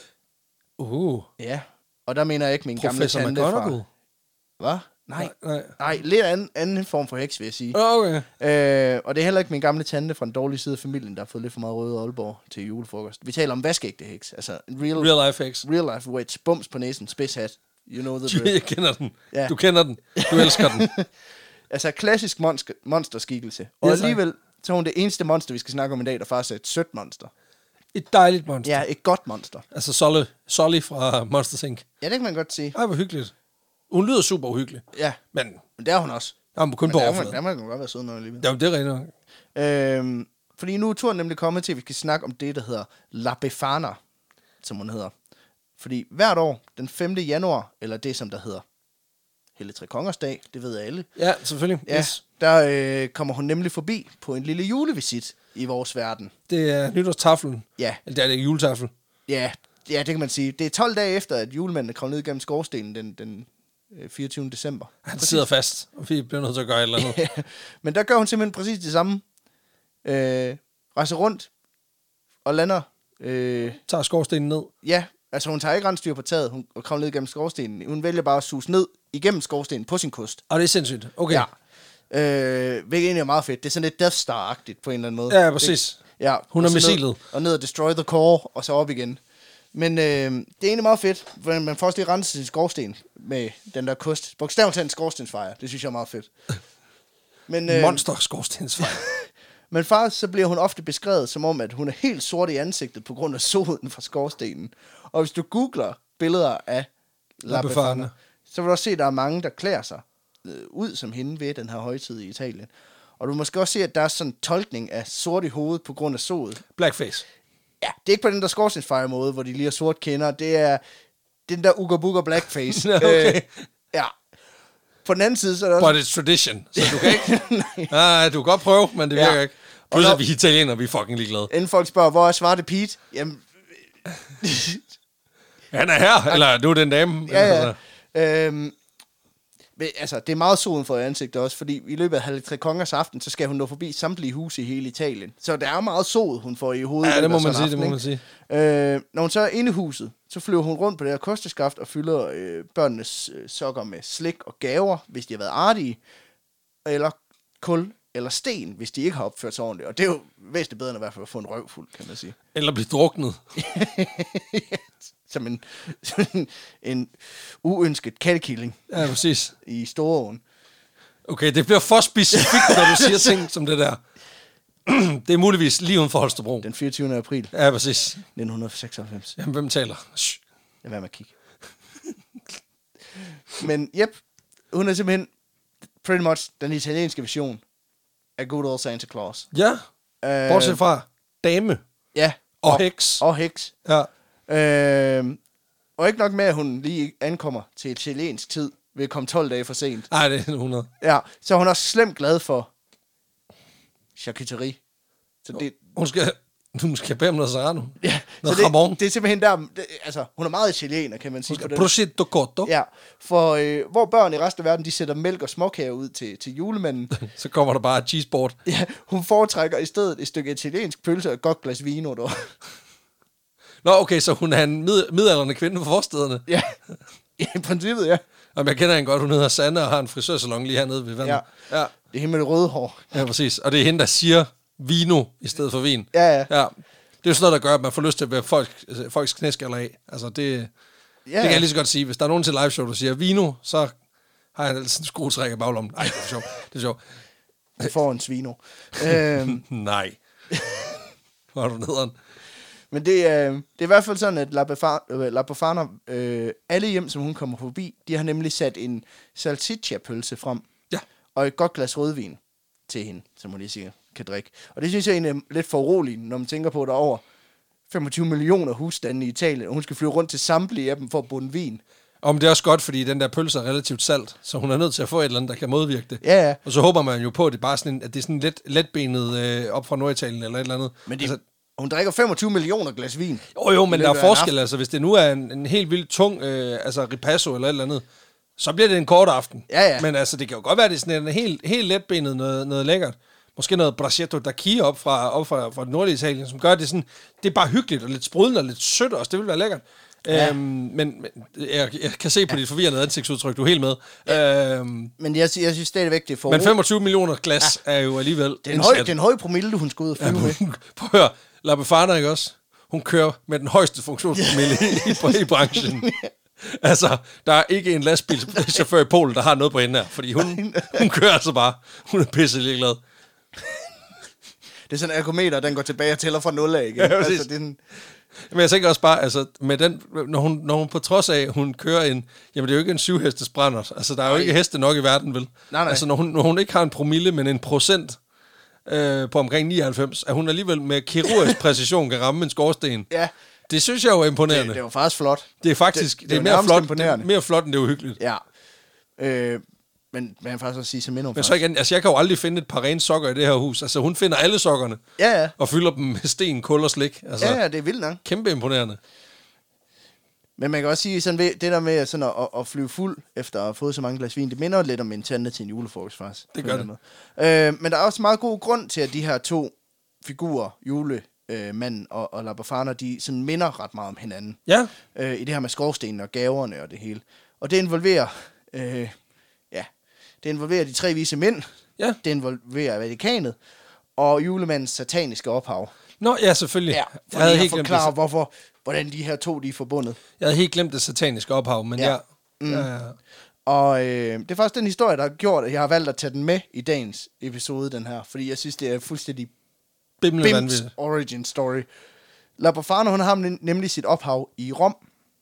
Ja, og der mener jeg ikke min Professor gamle tante McGonagall. Hvad? Nej, lidt anden form for heks, vil jeg sige. Okay. Og det er heller ikke min gamle tante fra den dårlige side af familien, der har fået lidt for meget røde Aalborg til julefrokost. Vi taler om vaskeægte heks. Altså real life heks. Real life witch. Bums på næsen, spidshat. You know the drill. Jeg kender den. Ja. Du kender den. Du elsker den. Altså klassisk monsterskikkelse. Og alligevel så er hun det eneste monster, vi skal snakke om i dag, der faktisk er et sødt monster. Et dejligt monster. Ja, et godt monster. Altså Solly fra Monsters Inc. Ja, det kan man godt sige. Ej, hvor hyggeligt. Hun lyder super uhyggelig. Ja, men det er hun også. Ja, men kun på overfladen. Der må godt være sød noget alligevel. Jamen, det er rigtigt. Fordi nu er turen nemlig kommet til, at vi skal snakke om det, der hedder La Befana, som hun hedder. Fordi hvert år, den 5. januar, eller det, som der hedder Helle Tre Kongers Dag, det ved alle. Ja, selvfølgelig. Ja, yes. Der kommer hun nemlig forbi på en lille julevisit i vores verden. Det er nytårstaflen. Ja. Eller det er det juletafel. Ja, det kan man sige. Det er 12 dage efter, at julemanden er kommet ned gennem skorstenen den 24. december. Han sidder fast, og vi bliver nødt til at gøre et eller andet. Ja, men der gør hun simpelthen præcis det samme. Rejser rundt og lander. Tager skorstenen ned. Ja, altså hun tager ikke rensdyr på taget. Hun kommer ned gennem skorstenen. Hun vælger bare at suse ned igennem skorstenen på sin kost. Og det er sindssygt. Okay. Ja. Hvilket egentlig er meget fedt. Det er sådan lidt Death Star-agtigt på en eller anden måde. Ja, præcis. Ja, hun er missilet. Og ned og destroy the core, og så op igen. Men det er egentlig meget fedt, for man får også lige renset sin skorsten med den der kost. Bogstaveligt talt skorstensfejr. Det synes jeg er meget fedt. Men, monster skorstensfejr. Men faktisk så bliver hun ofte beskrevet som om, at hun er helt sort i ansigtet på grund af soden fra skorstenen. Og hvis du googler billeder af La Befana, så vil du også se, at der er mange, der klæder sig ud som hende ved den her højtid i Italien. Og du vil måske også se, at der er sådan en tolkning af sort i hovedet på grund af sodet. Blackface. Ja, det er ikke på den der skorstensfejr-måde, hvor de lige har sort kender. Det er den der Uga blackface. Okay. Ja. På den anden side, så er det også... But it's tradition, så du kan ikke... Nej, du kan godt prøve, men det virker ikke. Plus at vi italiener, vi er fucking ligeglade. Inden folk spørger, hvor er Svarte Pete? Jamen... Han er her, eller nu er den dame. Ja. Altså, det er meget solen for ansigtet også, fordi i løbet af Helle Tre Kongers aften, så skal hun nå forbi samtlige huse i hele Italien. Så der er meget sol, hun får i hovedet. Ja, det må man sige, når hun så er inde i huset, så flyver hun rundt på det her kosteskaft og fylder børnenes sokker med slik og gaver, hvis de har været artige, eller kul eller sten, hvis de ikke har opført sig ordentligt. Og det er jo væsentligt bedre end i hvert fald at få en røvfuld, kan man sige. Eller blive druknet. Som en uønsket kattekilling. Ja, præcis. I Storåen. Okay, det bliver for specifikt, når du siger ting som det der. Det er muligvis lige uden for Holstebro. Den 24. april. Ja, præcis. 1996. Jamen, hvem taler? Shh. Lad være med at kigge. Men, hun er simpelthen pretty much den italienske version af Good Old Santa Claus. Ja, bortset fra dame. Ja. Og heks. Og heks. Ja. Og ikke nok med, at hun lige ankommer til italiensk tid ved at komme 12 dage for sent. Nej, det er 100. Ja, så hun er også slemt glad for charcuterie. Så det... Hun skal bære noget serrano. Ja, noget så det er simpelthen der... altså, hun er meget italiener, kan man sige. Prosciutto cotto. Ja, for hvor børn i resten af verden, de sætter mælk og småkager ud til julemanden. Så kommer der bare et cheeseboard. Ja, hun foretrækker i stedet et stykke italiensk pølse og et godt glas vino. Nå, okay, så hun er en midaldrende kvinde på forstederne. Ja, i princippet, ja. Jamen, jeg kender hende godt. Hun hedder Sanne og har en frisørsalon lige hernede ved vandet. Ja. Det er hende med det røde hår. Ja, præcis. Og det er hende, der siger vino i stedet for vin. Ja. Det er jo sådan noget, der gør, at man får lyst til at være folks knæskaller af. Altså, det kan jeg lige så godt sige. Hvis der er nogen til liveshow, der siger vino, så har jeg altid en skruetræk af baglommen. Nej, det er sjovt. Det er sjovt. Du får en svino. Nej. Hvor er du nederen? Men det er i hvert fald sådan, at La Befana, alle hjem, som hun kommer forbi, de har nemlig sat en salsiccia-pølse frem. Ja. Og et godt glas rødvin til hende, som hun lige siger, kan drikke. Og det synes jeg egentlig er lidt for uroligt, når man tænker på, at der er over 25 millioner husstande i Italien, og hun skal flyve rundt til samtlige af dem for at bunde vin. Og det er også godt, fordi den der pølse er relativt salt, så hun er nødt til at få et eller andet, der kan modvirke det. Ja. Og så håber man jo på, at det er bare sådan, at det er sådan lidt letbenet op fra Norditalien eller et eller andet. Men hun drikker 25 millioner glas vin. Jo, men der er forskel. Altså, hvis det nu er en helt vildt tung ripasso eller et eller andet, så bliver det en kort aften. Ja. Men altså, det kan jo godt være, at det er sådan en helt letbenet noget lækkert. Måske noget bracietto d'acchi op fra det nordlige Italien, som gør, at det sådan, det er bare hyggeligt og lidt sprudende og lidt sødt også. Det vil være lækkert. Ja. Men jeg kan se på dit forvirrende ansigtsudtryk, du er helt med. Ja. Men jeg synes stadigvæk, det er for... Men 25 millioner glas er jo alligevel... Det er en høj promille, hun skal ud og flyve med. Prøv at høre, La Befana, ikke også? Hun kører med den højeste funktionspromille i branchen. Altså, der er ikke en lastbilschauffør i Polen, der har noget på hende her, fordi hun kører altså bare. Hun er pisse ligeglad. Det er sådan en ergometer, den går tilbage og tæller fra 0 af igen. Ja, altså, det er en... Men jeg tænker også bare, altså, med den, når hun på trods af, hun kører en, jamen det er jo ikke en 7-hestes brændert, altså der er jo ikke heste nok i verden, vel? Nej. Altså når hun ikke har en promille, men en procent på omkring 99, at hun alligevel med kirurgisk præcision kan ramme en skorsten. Ja. Det synes jeg jo er imponerende. Det var faktisk flot. Det er faktisk, det er mere flot, end det er uhyggeligt. Ja. Men man kan faktisk også sige som endnu. Men så igen, altså jeg kan jo aldrig finde et par rene sokker i det her hus. Altså hun finder alle sokkerne. Ja. Og fylder dem med sten, kul og slik. Altså, ja, det er vildt nok. Kæmpe imponerende. Men man kan også sige, sådan det der med sådan at flyve fuld, efter at have fået så mange glas vin, det minder lidt om en tante til en julefrokost, faktisk. Det gør det. Men der er også meget god grund til, at de her to figurer, julemanden og La Befana, de sådan minder ret meget om hinanden. Ja. I det her med skorstenen og gaverne og det hele. Og det involverer... Det involverer de 3 vise mænd. Ja. Det involverer Vatikanet. Og julemandens sataniske ophav. Nå, ja, selvfølgelig. Ja, for jeg havde helt forklare, hvordan de her to de er forbundet. Jeg havde helt glemt det sataniske ophav, men ja. Ja. Og det er faktisk den historie, der har gjort, at jeg har valgt at tage den med i dagens episode, den her. Fordi jeg synes, det er fuldstændig bims origin story. La Befana, hun har nemlig sit ophav i Rom.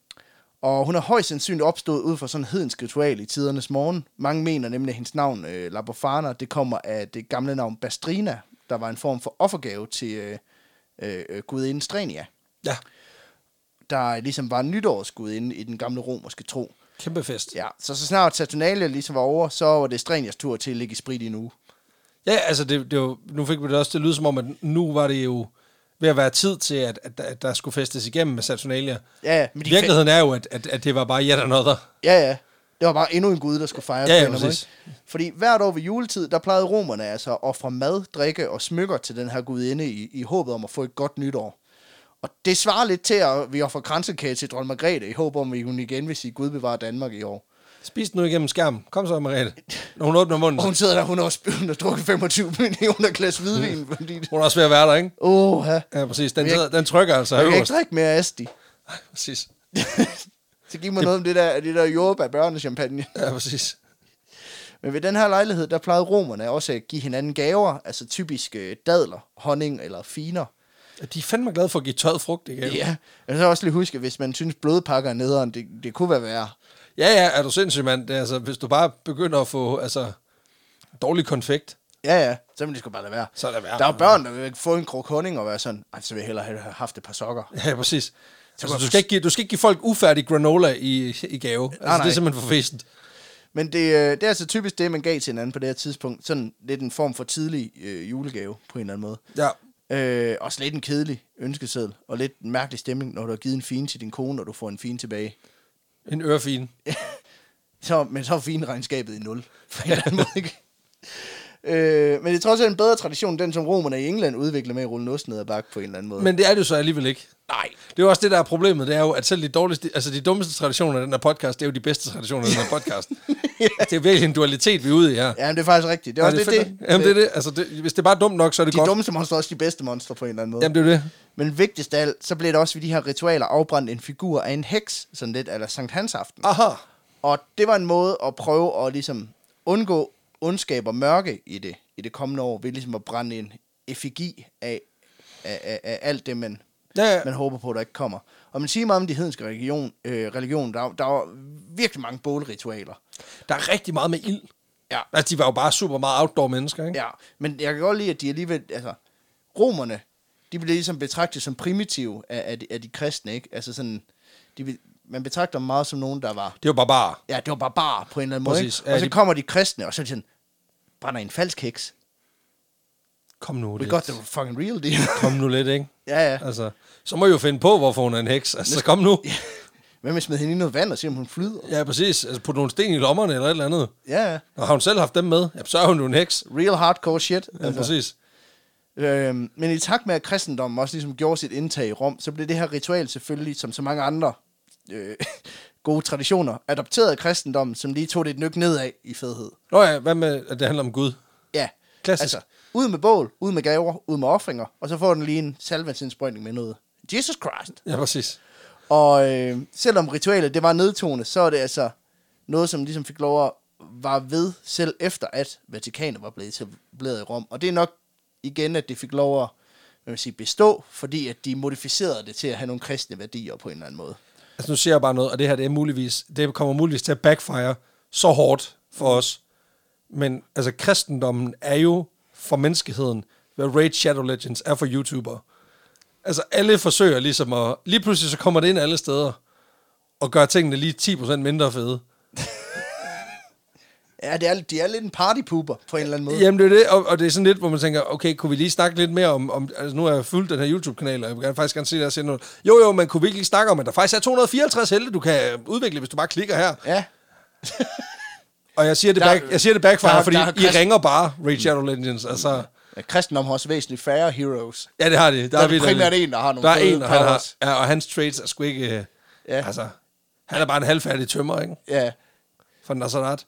Og hun er højst sandsynligt opstået ud fra sådan en hedensk ritual i tidernes morgen. Mange mener nemlig, at hendes navn, La Befana, det kommer af det gamle navn Bastrina, der var en form for offergave til gudinden Strenia. Ja. Der ligesom var nytårsgudinde i den gamle romerske tro. Kæmpe fest. Ja, så snart Saturnalia ligesom var over, så var det Strenias tur til at ligge i sprit i en uge. Ja, altså det var, nu fik vi det også til at lyde som om, at nu var det jo ved at være tid til, at der skulle festes igennem med Saturnalia. Ja, men virkeligheden er jo, at det var bare yet another. Ja. Det var bare endnu en gud, der skulle fejres. Ja, præcis. Fordi hvert år ved juletid, der plejede romerne altså at ofre mad, drikke og smykker til den her gudinde i håbet om at få et godt nytår. Og det svarer lidt til, at vi offer kransekage til dronning Margrethe i håb om, at hun igen vil sige, Gud bevarer Danmark i år. Spis den nu igennem skærmen. Kom så, Margrethe. Når hun åbner munden. Og hun sidder der, hun har også drukket 25 millioner glas hvidvin. Fordi... Hun er også ved at være der, ikke? Ja, præcis. Den trykker altså. Jeg kan ikke drikke mere Asti. Nej, præcis. Så giv mig noget om det der jordbær børnechampagne. Ja, præcis. Men ved den her lejlighed, der plejede romerne også at give hinanden gaver, altså typisk dadler, honning eller finer. De er fandme glade for at give tøjet frugt i gave. Ja, jeg kan også lige huske, hvis man synes blodpakker er nederen, det kunne være værre. Ja, er du sindssyg, mand? Det er, altså, hvis du bare begynder at få dårlig konfekt. Ja, så vil det sgu bare lade være. Så er det værre. Der er børn, der vil få en krog honning og være sådan, så vil jeg hellere have haft et par sokker. Ja, præcis. Altså, du skal ikke give folk ufærdig granola i gave. Nej. Det er simpelthen for fæsent. Men det er altså typisk det, man gav til hinanden på det her tidspunkt. Sådan lidt en form for tidlig julegave på en eller anden måde. Ja. Også lidt en kedelig ønskeseddel, og lidt en mærkelig stemning, når du har givet en fine til din kone, og du får en fine tilbage. En ørefine. Men så er fine regnskabet i 0. For en eller anden måde, ikke? Men det er trods alt en bedre tradition, den som romerne i England udvikler med at rulle ost ned ad bakke på en eller anden måde. Men det er det jo så alligevel ikke. Nej. Det er jo også det, der er problemet. Det er jo, at selv de dummeste traditioner af den her podcast, det er jo de bedste traditioner af den her podcast. Ja. Det er virkelig en dualitet, vi er ude i her. Ja, men det er faktisk rigtigt. Det er også det. Jamen, det er det. Altså, hvis det er bare dumt nok, så er det godt. De dummeste monster er også de bedste monster på en eller anden måde. Jamen, det er det. Men vigtigst af alt, så blev det også ved de her ritualer afbrændt en figur af en heks, sådan lidt, eller Sankt Hans aften. Aha. Og det var en måde at prøve at ligesom undgå ondskab og mørke i det kommende år, ved ligesom at brænde en effigi af alt det, man håber på, der ikke kommer. Og man siger meget om de hedenske religion, der var virkelig mange bålritualer. Der er rigtig meget med ild. Ja. Altså, de var jo bare super meget outdoor mennesker, ikke? Ja, men jeg kan godt lide, at de alligevel, altså, romerne, de blev ligesom betragtet som primitive af de kristne, ikke? Altså sådan, man betragter dem meget som nogen, der var... Det var barbarer. Ja, det var barbarer på en eller anden måde, ikke? Ja, og så kommer de kristne, og så er de sådan, brænder en falsk heks. Kom nu lidt. We got the fucking real deal. Kom nu lidt, ikke? Ja. Altså, så må I jo finde på, hvorfor hun er en heks. Altså, så kom nu. Ja. Hvem vil smide hende i noget vand og se, om hun flyder? Ja, præcis. Altså, putte nogle sten i lommerne eller et eller andet. Ja. Og har hun selv haft dem med, ja, så er hun jo en heks. Real hardcore shit. Ja, altså. Præcis. Men i takt med, at kristendommen også ligesom gjorde sit indtag i Rom, så blev det her ritual selvfølgelig, som så mange andre gode traditioner, adopteret af kristendommen, som lige tog det et nyk nedad i fedhed. Nå ja, hvad med, at det handler om Gud? Ja. Klassisk. Altså, ud med bål, ud med gaver, ud med offringer, og så får den lige en salvandsindsprøjtning med noget. Jesus Christ. Ja, præcis. Og selvom ritualet, det var nedtonet, så er det altså noget, som ligesom fik lov at var ved, selv efter at Vatikanet var blevet etableret i Rom. Og det er nok igen, at det fik lov at bestå, fordi at de modificerede det til at have nogle kristne værdier på en eller anden måde. Altså nu siger jeg bare noget, og det her det kommer muligvis til at backfire så hårdt for os. Men altså kristendommen er jo for menneskeheden, hvad Raid Shadow Legends er for YouTubere. Altså alle forsøger ligesom at... Lige pludselig så kommer det ind alle steder, og gør tingene lige 10% mindre fede. Ja, de er lidt en partypooper på en eller anden måde. Jamen det er det, og det er sådan lidt, hvor man tænker, okay, kunne vi lige snakke lidt mere om altså nu har jeg fulgt den her YouTube-kanal, og jeg vil faktisk gerne se, der siger noget. Jo, man kunne virkelig snakke om, at der faktisk er 254 helte, du kan udvikle, hvis du bare klikker her. Ja. Og jeg siger det backfire, fordi I ringer bare Raid Shadow Legends, altså... Ja, kristendom har også væsentligt færre heroes. Ja, det har de. Der er primært en, der har nogle powers. Og hans trades er sgu ikke... Altså, han er bare en halvfærdig tømmer, ikke? Ja. For Nazaret.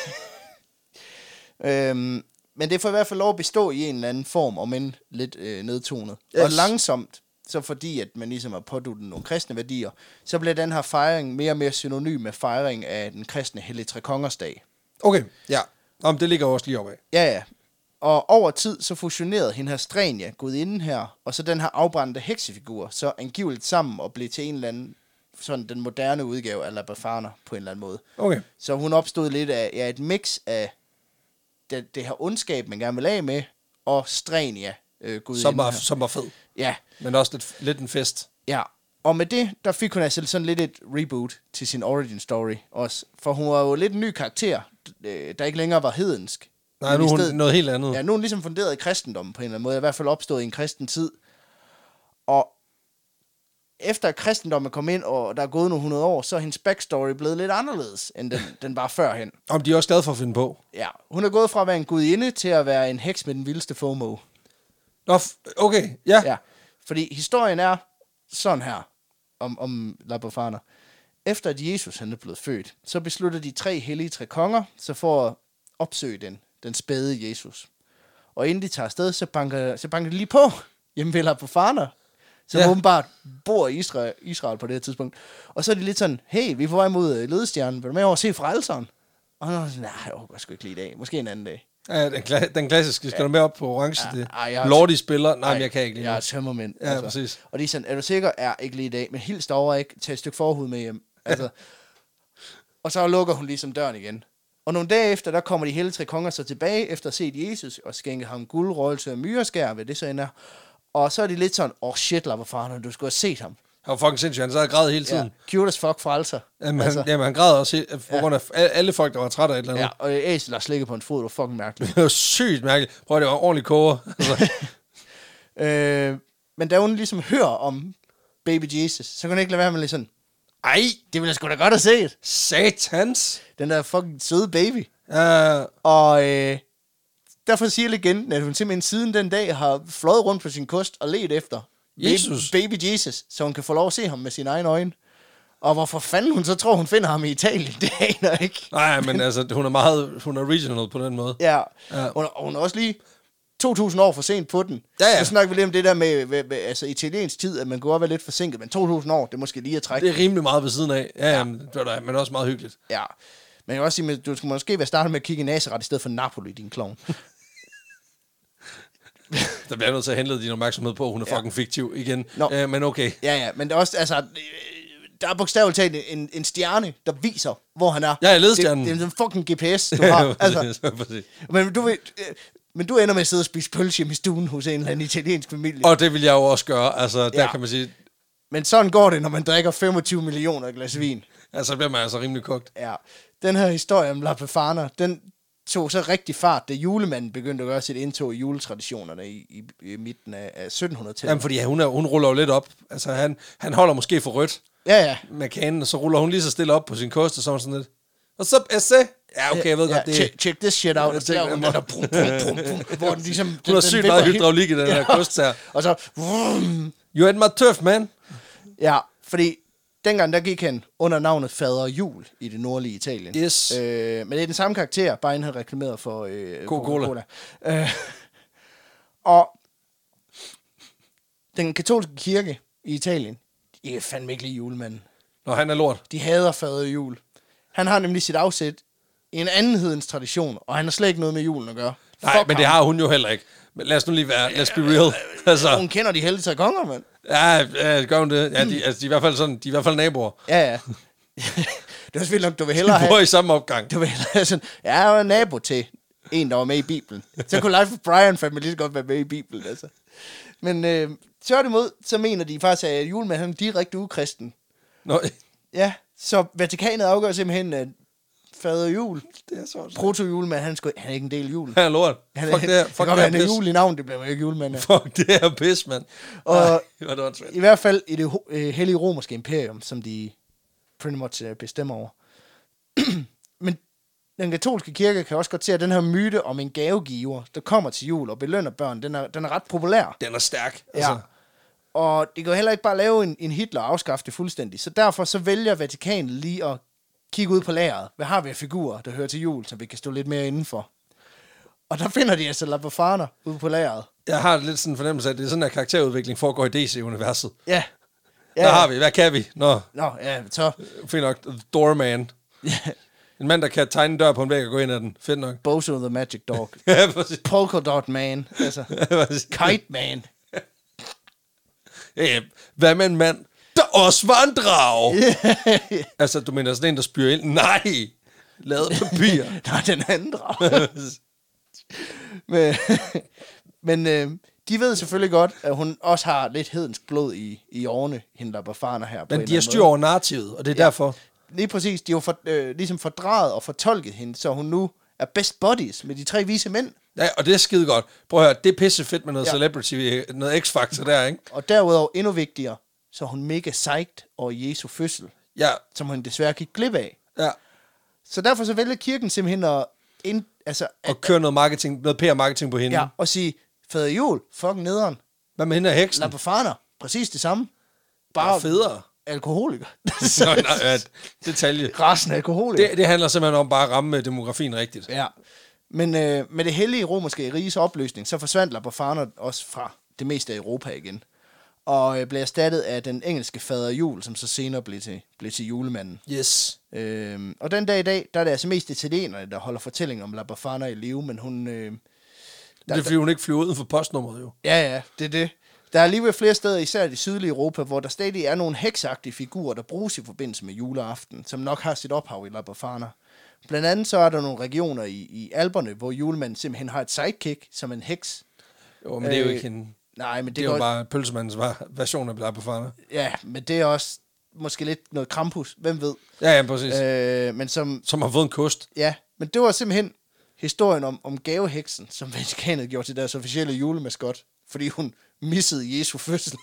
Men det får i hvert fald lov at bestå i en eller anden form, om end lidt nedtonet. Yes. Og langsomt, så fordi at man ligesom har påduttet nogle kristne værdier, så bliver den her fejring mere og mere synonym med fejring af den kristne Hellig Tre Kongers dag. Okay, ja. Om det ligger også lige op af. Ja. Og over tid, så fusionerede hende her Strenia, gudinden her, og så den her afbrændte heksefigur, så angiveligt sammen og blev til en eller anden, sådan den moderne udgave af La Befana på en eller anden måde. Okay. Så hun opstod lidt af et mix af det her ondskab, man gerne vil af med, og Strenia, gudinden som var fed. Ja. Men også lidt en fest. Ja. Og med det, der fik hun altså sådan lidt et reboot til sin origin story også. For hun var jo lidt en ny karakter, der ikke længere var hedensk. Nej, nu er hun noget helt andet. Ja, nu er hun ligesom funderet i kristendommen på en eller anden måde. I hvert fald opstået i en kristen tid. Og efter at kristendommen kom ind, og der er gået nogle 100 år, så er hendes backstory blevet lidt anderledes, end den var førhen. Om de er også glade for at finde på. Ja, hun er gået fra at være en gudinde til at være en heks med den vildeste FOMO. Nå, okay, ja. Fordi historien er sådan her, om La Befana. Efter at Jesus han er blevet født, så beslutter de 3 hellige 3 konger, så for at opsøge den spæde Jesus. Og inden de tager afsted, så banker de lige på hjemme ved La Befana, som åbenbart bor i Israel på det her tidspunkt. Og så er de lidt sådan, hey, vi er på vej mod ledestjernen, vil du med over at se frelseren? Og så er sådan, nej, jeg sgu ikke lige i dag, måske en anden dag. Ja, den klassiske, skal du med op på orange, Lordi spiller, nej, men jeg kan ikke lige. Jeg er tømmermænd. Ja, altså. Præcis. Og de er sådan, er du sikker? Ikke lige i dag, men hils over ikke, tag et stykke forhud med hjem. Altså. Og så lukker hun ligesom døren igen. Og nogle dage efter, der kommer de hele 3 konger så tilbage, efter at have set Jesus, og skænke ham guld, røgelse og myreskær, hvad det så end er. Og så er de lidt sådan, shit, La Befana, du skulle have set ham. Han var fucking sindssygt, han sad og græd hele tiden. Ja, cute as fuck frelser. Jamen, han græd også på grund af alle folk, der var trætte af et eller andet. Ja, og æsel, der slikkede på en fod, det var fucking mærkeligt. Det var sygt mærkeligt. Prøv, det var ordentligt koger. Altså. Men da hun ligesom hører om baby Jesus, så kan hun ikke lade være med lidt sådan, ej, det ville jeg sgu da godt have set. Satans. Den der fucking søde baby. Ja. Og derfor siger legenden, at hun simpelthen siden den dag har fløjet rundt på sin kost og let efter baby Jesus, så hun kan få lov at se ham med sine egne øjne. Og hvorfor fanden hun så tror, hun finder ham i Italien, det aner jeg ikke. Nej, men altså, hun er regional på den måde. Ja. Hun er også lige 2.000 år for sent på den. Ja. Så snakker vi lidt om det der med altså italiensk tid, at man kunne godt være lidt forsinket, men 2.000 år, det er måske lige at trække. Det er rimelig meget ved siden af. Ja. Men også meget hyggeligt. Ja. Men jeg vil også sige, at du skal måske være startet med at kigge i Nazareth i stedet for Napoli, din klovn. Der bliver nødt til at henlede din opmærksomhed på, at hun er fucking fiktiv igen. Men okay. Ja, men det er også, altså, der er bogstaveligt talt en stjerne, der viser, hvor han er. Ja, ledstjernen. Det er en fucking GPS, du har. Altså, men du ender med at sidde og spise pølse i stuen hos en eller anden italiensk familie. Og det vil jeg jo også gøre. Altså, der kan man sige... Men sådan går det, når man drikker 25 millioner glas vin. Ja, så bliver man altså rimelig kogt. Ja. Den her historie om La Befana, den tog så rigtig fart, da julemanden begyndte at gøre sit indtog i juletraditionerne i midten af 1700-tallet. Jamen, fordi hun ruller jo lidt op. Altså, han holder måske for rødt. Ja. Med kanen, og så ruller hun lige så stille op på sin kost, og sådan lidt. Og så esse. Ja, okay, jeg ved godt, det... Check this shit out. Hvor den ligesom... Hun har sygt meget hydraulik i den her kost her. Og så... You ain't my tough, man. Ja, fordi dengang der gik han under navnet Fader Jul i det nordlige Italien. Yes. Men det er den samme karakter, bare inden han reklameret for Coca-Cola. Og den katolske kirke i Italien, de er fandme ikke lige julemanden. Nå, han er lort. De hader Fader Jul. Han har nemlig sit afsæt i en andenhedens tradition, og han har slet ikke noget med julen at gøre. Nej, men det har hun jo heller ikke. Men lad os nu lige være, let's be real. Altså. Hun kender de heldige 3 konger, mand. Ja, gør hun det. Ja, de er i hvert fald sådan, de er i hvert fald naboer. Ja. Det er også vildt nok, du vil hellere have... De bor i samme opgang. Du vil hellere have sådan, jeg er nabo til en, der var med i Bibelen. Så kunne Life of Brian fandme lige så godt være med i Bibelen, altså. Men tværtimod, så mener de faktisk, at julemanden han er direkte ukristen. Nå. Ja, så Vatikanet afgør simpelthen, at Fader Jul, det er så proto-julemand, han er ikke en del jul. Han er lort. Fuck det her. Fuck det han er jul i navn, det bliver jo ikke julemand. Fuck det her pis, mand. Og i hvert fald i det hellige romerske imperium, som de pretty much bestemmer over. Men den katolske kirke kan også godt se, at den her myte om en gavegiver, der kommer til jul og belønner børn, den er ret populær. Den er stærk. Altså. Ja. Og det kan jo heller ikke bare lave en Hitler og afskaffe det fuldstændig. Så derfor så vælger Vatikanet lige at kigge ud på lageret. Hvad har vi af figurer, der hører til jul, så vi kan stå lidt mere indenfor? Og der finder de altså La Befana ude på lageret. Jeg har lidt sådan en fornemmelse af, at det er sådan, at karakterudvikling foregår i DC-universet. Ja. Der har vi. Hvad kan vi? Nå, ja, så... Fint nok. Doorman. En mand, der kan tegne en dør på en væg og gå ind ad den. Fedt nok. Bozo the Magic Dog. Ja, præcis. Polka Dot Man. Altså. Kite Man. Ja, hvad med en mand, der også var en drage? Altså, du mener sådan en, der spyrer ind? Nej! Lavet papir. Nej, den anden drage. Men de ved selvfølgelig godt, at hun også har lidt hedensk blod i årene, hende der Befana her. Men de har styr over narrativet, og det er derfor. Lige præcis. De har jo ligesom fordrejet og fortolket hende, så hun nu er best buddies med de 3 vise mænd. Ja, og det er skide godt. Prøv at høre, det er pisse fedt med noget celebrity, noget X-faktor der, ikke? Og derudover endnu vigtigere, så er hun mega psyched over Jesu fødsel, som hun desværre gik glip af. Ja. Så derfor så vælger kirken simpelthen at køre noget marketing, noget PR-marketing på hende. Ja, og sige, Fader Jul, fucking nederen. Hvad med hende og heksen? La Befana, præcis det samme. Bare federe. Alkoholiker. Nej, detalje. Resten alkoholiker. Det handler simpelthen om bare at ramme demografien rigtigt. Ja. Men med det hellige romerske riges opløsning, så forsvandt La Befana også fra det meste af Europa igen. Og blev erstattet af den engelske Fader Jul, som så senere blev til julemanden. Yes. Og den dag i dag, der er det altså mest italienerne, der holder fortællingen om La Befana i live, men hun... det er fordi hun ikke flyver uden for postnummeret, jo. Ja, det er det. Der er alligevel flere steder, især i det sydlige Europa, hvor der stadig er nogle heksagtige figurer, der bruges i forbindelse med juleaften, som nok har sit ophav i La Befana. Blandt andet så er der nogle regioner i Alperne, hvor julemanden simpelthen har et sidekick som en heks. Jo, men det er jo ikke en... Nej, men det er jo bare pølsemandens version af La Befana. Ja, men det er også måske lidt noget Krampus, hvem ved. Ja, præcis. Men som har fået en kost. Ja, men det var simpelthen historien om gaveheksen, som Vatikanet gjorde til deres officielle julemaskot, fordi hun missede Jesu fødsel.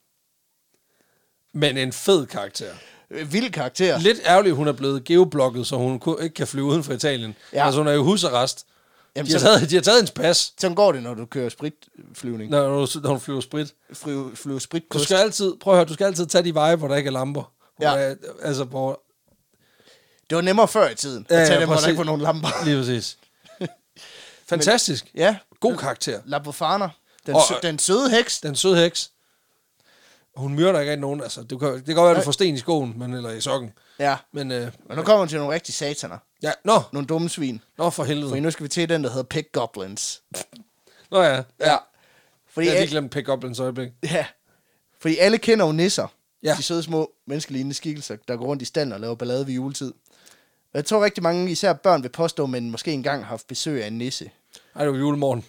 Men en fed karakter. Vild karakter. Lidt ærgerligt, hun er blevet geoblokket, så hun ikke kan flyve uden for Italien. Ja. Altså hun er jo husarrest. Jamen, de har taget ens pas. Sådan går det, når du kører spritflyvning. Når du flyver sprit. Flyver sprit. Du skal altid tage de veje, hvor der ikke er lamper. Hvor det var nemmere før i tiden, at tage dem, hvor der ikke var nogen lamper. Lige præcis. Fantastisk. Men, ja. God karakter. La Befana. Den søde heks. Den søde heks. Hun myrder ikke af nogen. Altså, det kan godt være, at du får sten i skoen, eller i sokken. Ja. Men nu kommer hun til nogle rigtige sataner. Ja, nogle dumme svin. For helvede. For nu skal vi til den, der hedder Pig Goblins. Ja. Fordi jeg har lige glemt Pig Goblins øjeblik. Ja. Fordi alle kender jo nisser. Ja. De søde små menneskelignende skikkelser, der går rundt i stallen og laver ballade ved juletid. Jeg tror rigtig mange, især børn, vil påstå, men måske engang har haft besøg af en nisse. Ej, det var julemorgen.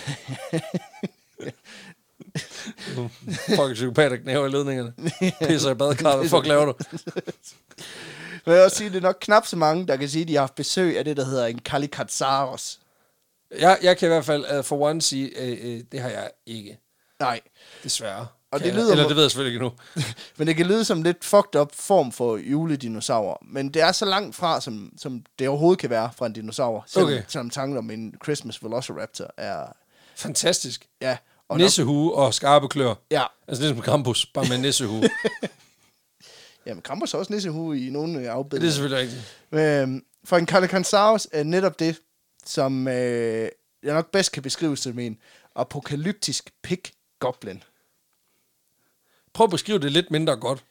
Fucking psykopater knæver i ledningerne. Pisser i badekarret. Hvad fuck laver du? Men jeg vil også sige, det er nok knap så mange, der kan sige, at de har haft besøg af det, der hedder en Kalikatsaros. Jeg kan i hvert fald for one sige, det har jeg ikke. Nej. Desværre. Og det lyder det ved jeg selvfølgelig ikke nu. Men det kan lyde som lidt fucked up form for juledinosaurer. Men det er så langt fra, som det overhovedet kan være fra en dinosaur. Selvom tanken om en Christmas Velociraptor er... Fantastisk. Ja. Og nissehue og skarpe klør. Ja. Altså ligesom Krampus, bare med nissehue. Jamen, Krampus har også nissehue i nogle afbilleder. Det er selvfølgelig rigtigt. For en Kalikatsaros er netop det, som jeg nok bedst kan beskrive som en apokalyptisk pig-goblin. Prøv at beskrive det lidt mindre godt.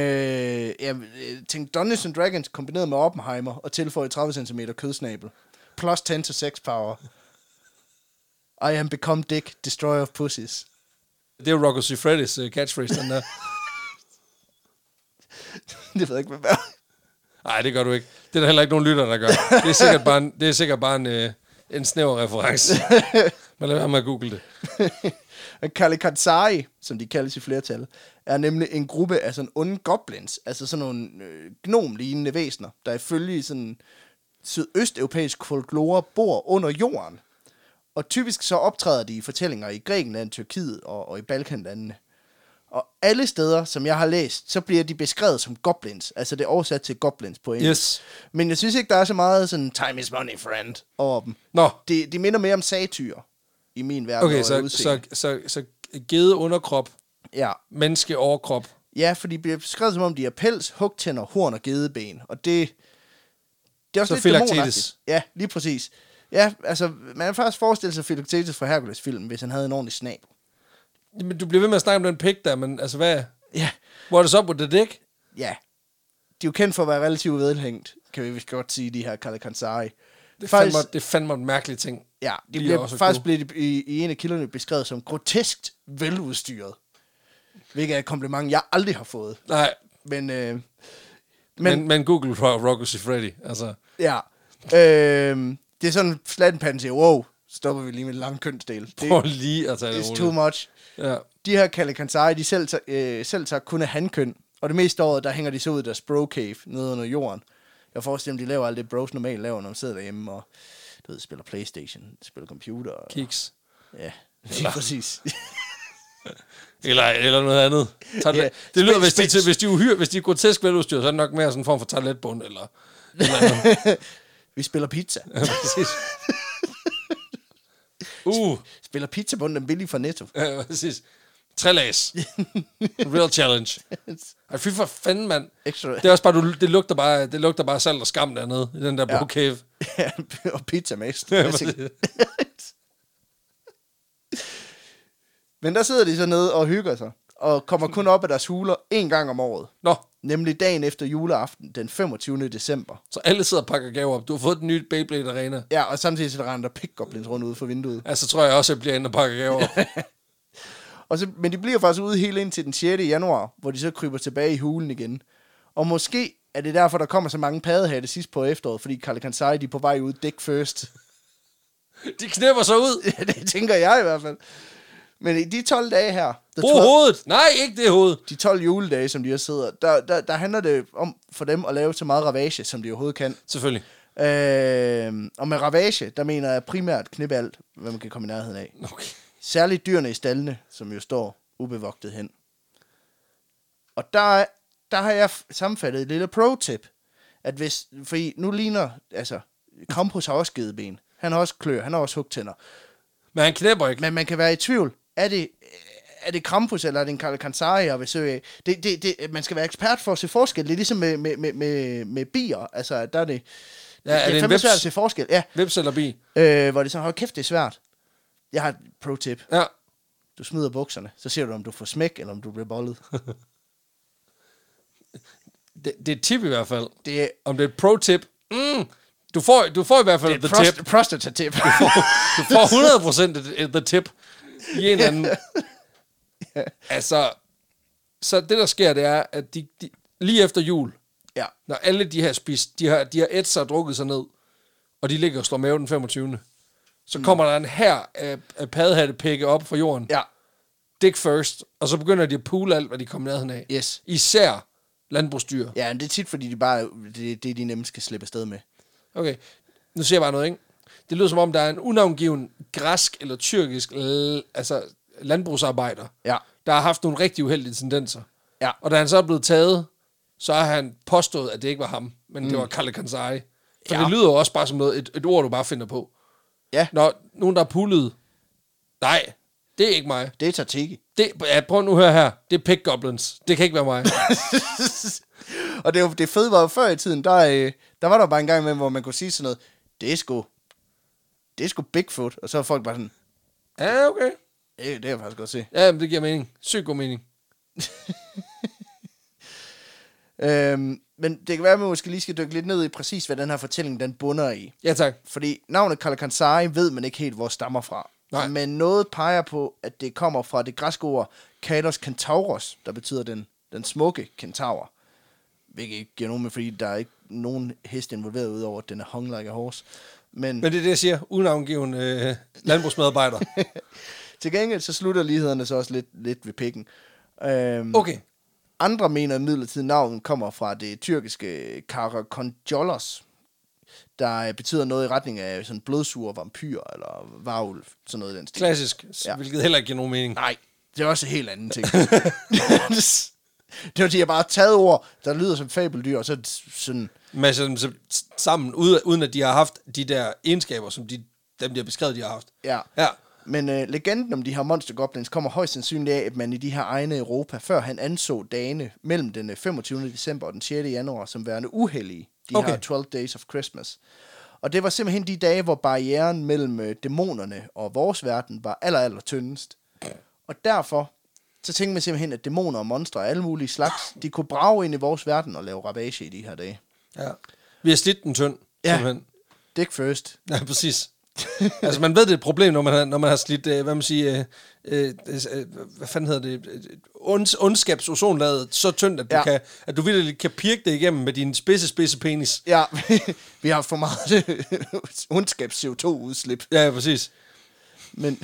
Tænk Dungeons & Dragons kombineret med Oppenheimer og tilføje 30 cm kødsnabel. Plus 10 to sex power. I am become Dick, destroyer of pussies. Det er jo Rocco Siffredis catchphrase, den der. Det ved jeg ikke, hvad er. Nej, det gør du ikke. Det er der heller ikke nogen lytter, der gør. Det er sikkert bare en snæver reference. Men lad være med at google det. Kalikatsari, som de kaldes i flertal, er nemlig en gruppe af sådan onde goblins, altså sådan nogle gnom-lignende væsener, der ifølge sådan sydøsteuropæisk folklore bor under jorden. Og typisk så optræder de i fortællinger i Grækenland, Tyrkiet og i Balkanlandene. Og alle steder, som jeg har læst, så bliver de beskrevet som goblins. Altså det er oversat til goblins på engelsk. Yes. Men jeg synes ikke, der er så meget sådan time is money, friend over dem. Nå. De minder mere om satyrer i min verden. Okay, så gede underkrop, menneske overkrop. Ja, for de bliver beskrevet som om, de har pels, hugtænder, horn og gedeben. Og det er også så lidt dæmonagtigt. Ja, lige præcis. Ja, altså, man kan faktisk forestille sig Philoctetes fra Hercules-filmen, hvis han havde en ordentlig snab. Men du bliver ved med at snakke om den pik der, men altså hvad? Ja. Hvor er det så på det dæk? Ja. De er jo kendt for at være relativt vedhængt, kan vi godt sige, de her Kalikatsari. Det er fandme en mærkelig ting. Ja, de bliver faktisk blevet i en af kilderne beskrevet som groteskt veludstyret. Hvilket er et kompliment, jeg aldrig har fået. Nej. Men Google Rocco Siffredi, altså. Ja. Det er sådan, Flattenpanden siger, wow, stopper vi lige med den lange kønsdel. Prøv lige at tage det roligt. It's too much. Ja. De her Kalikatsari, de selv tager kun af hankøn. Og det meste af året, der hænger de så ud i deres bro-cave nede under jorden. Jeg forestiller mig, de laver alt det bros normalt laver, når de sidder derhjemme og spiller Playstation, spiller computer. Kiks. Ja, lige præcis. eller noget andet. Det lyder, hvis de er grotesk veludstyret, så er det nok mere sådan en form for toiletbund, eller andet. Vi spiller pizza. Ja, præcis. Spiller pizzabunden den billig fra Netto. Ja, præcis. 3 lags. Real challenge. Ej, fy for fanden, mand. Det er også bare, det lugter bare salt og skam dernede, i den der bro-cave. Ja, og pizza mest. Men der sidder de så nede og hygger sig, og kommer kun op af deres huler 1 gang om året. Nå. Nemlig dagen efter juleaften, den 25. december. Så alle sidder og pakker gaver op. Du har fået den nye Beyblade Arena. Ja, og samtidig så render pig-goblins rundt ude for vinduet. Ja, så tror jeg også, at jeg bliver inde og pakker gaver op. Men de bliver faktisk ude helt ind til den 6. januar, hvor de så kryber tilbage i hulen igen. Og måske er det derfor, der kommer så mange paddehatte sidst på efteråret, fordi Kalikatsari, de er på vej ud dick first. De knæpper sig ud. Ja, det tænker jeg i hvert fald. Men i de 12 dage her... Brug hovedet! Nej, ikke det hoved! De 12 juledage, som de har sidder, der handler det om for dem at lave så meget ravage, som de overhovedet kan. Selvfølgelig. Og med ravage, der mener jeg primært knippe alt, hvad man kan komme i nærheden af. Okay. Særligt dyrene i stallene, som jo står ubevogtet hen. Og der har jeg sammenfattet et lille pro-tip. At fordi nu ligner... Altså, Krampus har også gedeben. Han har også klør, han har også hugtænder. Men han knæpper ikke. Men man kan være i tvivl. Er det Krampus, eller er det en Kalakansari, jeg vil søge af? Man skal være ekspert for at se forskel. Det er ligesom med bier. Altså, der er det... Ja, er det fandme svært at se forskel. Ja. Vips eller bi? Hvor det sådan, hold kæft, det er svært. Jeg har et pro-tip. Ja. Du smider bukserne, så ser du, om du får smæk, eller om du bliver bollet. det er et tip i hvert fald. Om det er et pro-tip. Du får i hvert fald the tip. Prostata-tip. Du får 100% the tip i en anden. Ja. Altså, så det der sker, det er, at de lige efter jul, ja. Når alle de har spist, de har ædt sig og drukket sig ned, og de ligger og slår mave den 25. Så kommer der en hær af paddehatte pikke op fra jorden. Ja. Dick first, og så begynder de at poole alt, hvad de kommer nærheden af. Yes. Især landbrugsdyr. Ja, men det er tit, fordi de nemmest skal slippe afsted med. Okay, nu siger jeg bare noget, ikke? Det lyder som om, der er en unavngiven græsk eller tyrkisk landbrugsarbejder, der har haft nogle rigtig uheldige tendenser. Ja. Og da han så er blevet taget, så har han påstået, at det ikke var ham, men det var Kalakansari. For det lyder jo også bare som noget, et ord, du bare finder på. Ja. Når nogen, der er pullet, nej, det er ikke mig. Det er Tatiki. Prøv nu at høre her. Det er Pig Goblins. Det kan ikke være mig. Og det fede var jo før i tiden, der var der bare en gang med, hvor man kunne sige sådan noget, det er sgu Bigfoot. Og så er folk bare sådan, ja, okay. Det kan jeg faktisk godt se. Ja, men det giver mening. Sygt god mening. Men det kan være, at man måske lige skal dykke lidt ned i præcis, hvad den her fortælling, den bunder i. Ja, tak. Fordi navnet Kalakansari ved man ikke helt, hvor stammer fra. Nej. Men noget peger på, at det kommer fra det græske ord Kalos Kentauros, der betyder den smukke kentaur. Hvilket ikke giver nogen med, fordi der er ikke nogen hest involveret, udover at den er hung like a horse. Men det er det, jeg siger. Unavngiven landbrugsmedarbejder. Til gengæld så slutter lighederne så også lidt ved pikken. Okay. Andre mener imidlertid, navnet kommer fra det tyrkiske Karakonjolos, der betyder noget i retning af sådan blodsure vampyr eller varulv, sådan noget i den stil. Klassisk, hvilket heller ikke giver nogen mening. Nej, det er også en helt anden ting. Det var de har bare taget ord, der lyder som fabeldyr, og så sådan... Masser dem sammen, uden at de har haft de der egenskaber, som dem de har beskrevet, de har haft. Ja. Men legenden om de her monster goblins kommer højst sandsynligt af, at man i de her egne i Europa, før han anså dagene mellem den 25. december og den 6. januar som værende uheldige. De her 12 Days of Christmas. Og det var simpelthen de dage, hvor barrieren mellem dæmonerne og vores verden var aller tyndest. Og derfor så tænkte man simpelthen, at dæmoner og monstre og alle mulige slags, de kunne brage ind i vores verden og lave ravage i de her dage. Ja. Vi har slidt den tynd. Ja, simpelthen. Dick first. Ja, præcis. Altså, man ved, det er et problem, når man har slidt, hvad man siger, hvad fanden hedder det, ondskabsozonlaget så tyndt, at du virkelig kan pirke det igennem med din spidse penis. Ja, vi har for meget ondskabs CO2-udslip. Ja, præcis. Men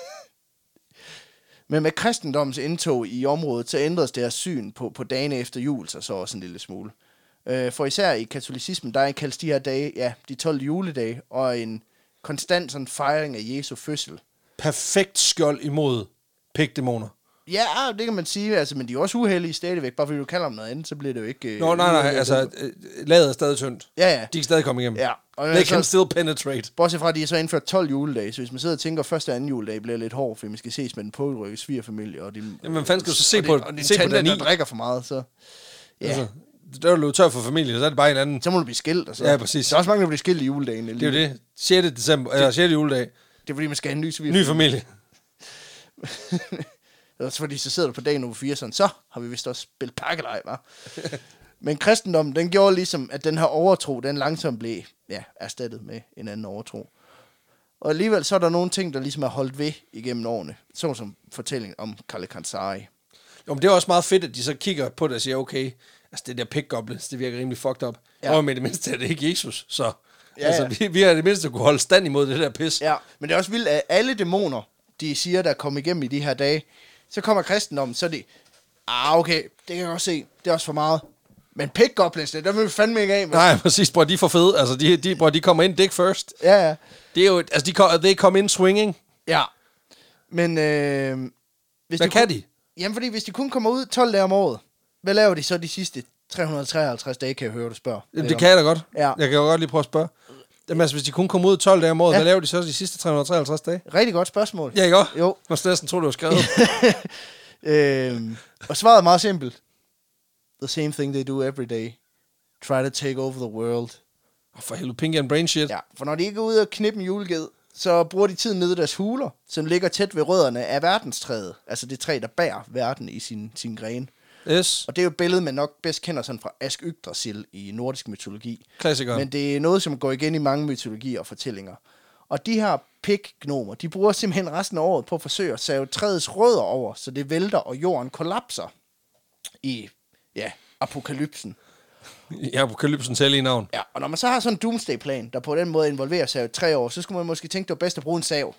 med kristendommens indtog i området, så ændredes deres syn på dagene efter jul, så også en lille smule. For især i katolicismen, der kaldes de her dage, de 12 juledage, og en konstant sådan fejring af Jesu fødsel. Perfekt skjold imod pigdæmoner. Ja, det kan man sige, altså, men de er også uheldige stadigvæk. Bare fordi du kalder dem noget andet, så bliver det jo ikke... nej, altså, laget er stadig tyndt. Ja. De kan stadig komme igennem. Ja. Og they can still penetrate. Bortset fra, at de har så indført 12 juledage, så hvis man sidder og tænker, at første og anden juledag bliver lidt hård, fordi man skal ses med den pårykke svigerfamilie, og jamen, man fanden skal du så se på og din tante, der drikker for meget, så... Ja. Altså, der er du tør for familie, så er det bare en anden... Så må du blive skilt, altså. Ja, præcis. Der er også mange, der bliver skilt i juledagen. Det er jo det. 6. december, eller 6. juledag. Det er fordi, man skal have en ny svigerfamilie. Ny familie. Og så fordi, så sidder du på dagen over 4, sådan, så har vi vist også spillet pakkelej, hva'? Men kristendommen, den gjorde ligesom, at den her overtro, den langsomt blev erstattet med en anden overtro. Og alligevel så er der nogle ting, der ligesom er holdt ved igennem årene. Sådan som fortællingen om Kalakansari. Jo, men det er også meget fedt, at de så kigger på det og siger, okay, altså det der pig goblins, det virker rimelig fucked up. Ja. Og med det mindste er det ikke Jesus, så altså, vi har det mindste kunne holde stand imod det der pis. Ja, men det er også vildt, at alle dæmoner, de siger, der er kommet igennem i de her dage, så kommer kristendommen, så er det, okay, det kan jeg også se, det er også for meget. Men pig goblins, der vil vi fandme ikke af med. Nej, præcis, bror, de er for fede. Altså, de kommer ind dick first. Ja. Det er jo, altså, they come in swinging. Ja. Men, hvad kan de? Jamen, fordi hvis de kun kommer ud 12 dage om året, hvad laver de så de sidste 353 dage, kan jeg høre, du spørger? Jamen, det kan jeg da godt. Ja. Jeg kan jo godt lige prøve at spørge. Jamen altså, hvis de kun kommer ud 12 dage om året, hvad laver de så de sidste 353 dage? Rigtig godt spørgsmål. Ja, ikke også? Jo. Man skal næsten tro, det var skrevet. Og svaret er meget simpelt. The same thing they do every day. Try to take over the world. For helvede, Pinky and Brain shit. Ja, for når de ikke er ude og knippe en juleged, så bruger de tiden nede i deres huler, som ligger tæt ved rødderne af verdenstræet. Altså det træ, der bærer verden i sin gren. Yes. Og det er jo et billede, man nok bedst kender sådan fra Ask Yggdrasil i nordisk mytologi. Klassiker. Men det er noget, som går igen i mange mytologier og fortællinger. Og de her pig-gnomer, de bruger simpelthen resten af året på at forsøge at save træets rødder over, så det vælter, og jorden kollapser i, apokalypsen. I apokalypsen selv i navn. Ja, og når man så har sådan en doomsday-plan, der på den måde involverer sig 3 år, så skulle man måske tænke, det var bedst at bruge en sav.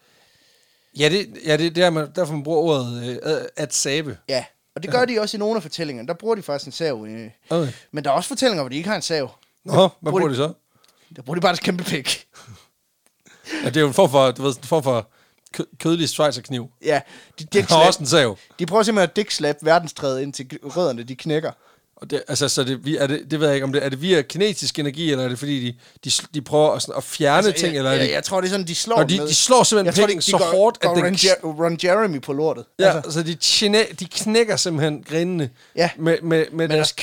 Det er derfor man bruger ordet at save. Ja, og det gør de også i nogle af fortællingerne. Der bruger de faktisk en sav. Okay. Men der er også fortællinger, hvor de ikke har en sav. Nå, hvad bruger de så? Der bruger de bare deres kæmpe pik. Ja, det er jo en form for kødelig schweizerkniv. Ja, de har også en sav. De prøver simpelthen at dækslappe verdenstræet, indtil rødderne de knækker. Og det, altså, så det ved jeg ikke, om det er det via kinetisk energi, eller er det fordi, de prøver at fjerne ting, eller jeg tror, det er sådan, de slår de slår simpelthen pikken så hårdt, at Ron Jeremy på lortet. Ja, altså de knækker simpelthen grenene med deres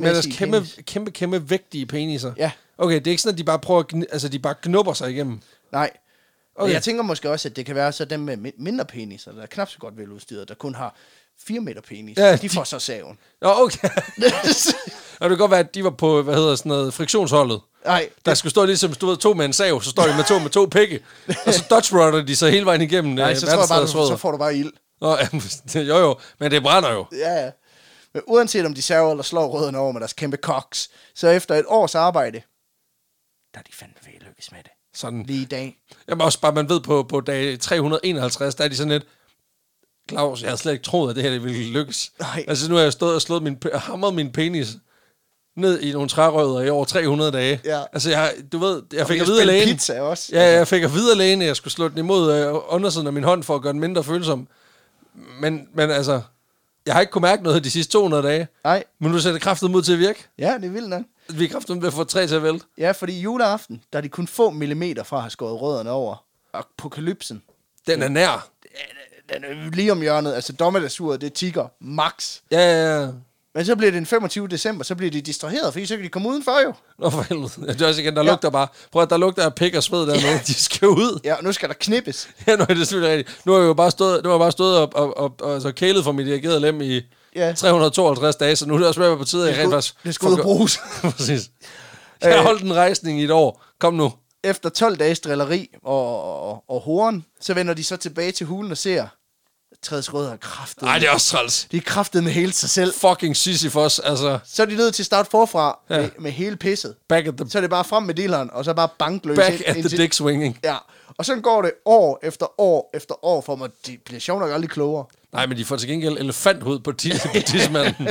kæmpe vægtige peniser. Ja. Okay, det er ikke sådan, at de bare prøver de bare knupper sig igennem. Nej. Okay. Jeg tænker måske også, at det kan være så dem med mindre peniser, der er knap så godt veludstyret, der kun har 4 meter penis. Ja, de får så saven. Nå, okay. Og det kan godt være, at de var på, friktionsholdet. Nej. Der skulle stå ligesom, du ved, 2 med en sav, så står de med to pikke. Og så dodge-rodder de så hele vejen igennem. Nej, så tror jeg bare, så får du bare ild. Nå, jo, men det brænder jo. Ja. Men uanset om de saver eller slår rødderne over med deres kæmpe koks, så efter et års arbejde, der er de fandme ved at lykkes med det. Sådan. Lige i dag. Jamen også bare, man ved på dag 351, der er de sådan lidt, Claus, jeg havde slet ikke troet, at det her det ville lykkes. Nej. Altså nu har jeg stået og hamret min penis ned i nogle trærødder i over 300 dage. Ja. Altså jeg fik at vide af lægen. Pizza også. Ja, jeg fik at vide af lægen, at jeg skulle slå den imod undersiden af min hånd, for at gøre den mindre følsom. Men altså, jeg har ikke kunnet mærke noget de sidste 200 dage. Nej. Men nu sætter kraftet mod til at virke. Ja, det er vildt nok. Vi er kraftet ved at få 3 til at vælte. Ja, fordi juleaften, der er de kun få millimeter fra at have skåret rødderne over. Apokalypsen. Den er nær. Den er lige om hjørnet. Altså dommedagsuret, det tigger max. Ja. Men så bliver det den 25. december, så bliver de distraheret, fordi så kan de komme udenfor jo. Nå for helvede. Det er også igen, der lugter bare. Prøv at der lugter af pik og sved dernede. De skal ud. Ja, nu skal der knippes. Ja, nu er det selvfølgelig rigtigt. Nu har jeg jo bare stået og så kælet for mit dirigerede lem i 352 dage, så nu er det også på tide, at jeg rent faktisk... Det skal ud og bruges. Præcis. Jeg har holdt en rejsning i et år. Kom nu. Efter 12 dages drilleri og horen, så vender de så tilbage til hulen og ser... Træets rødder er kraftet. Nej, det er også træls. De er kraftet med hele sig selv. Fucking Sisyphos, altså. Så er de nødt til at starte forfra med hele pisset. Så er det bare frem med dealeren, og så bare bankløs. Back at the dick swinging. Ja, og sådan går det år efter år efter år, for at de bliver sjovt nok aldrig klogere. Nej, men de får til gengæld elefanthoved på tidsmanden.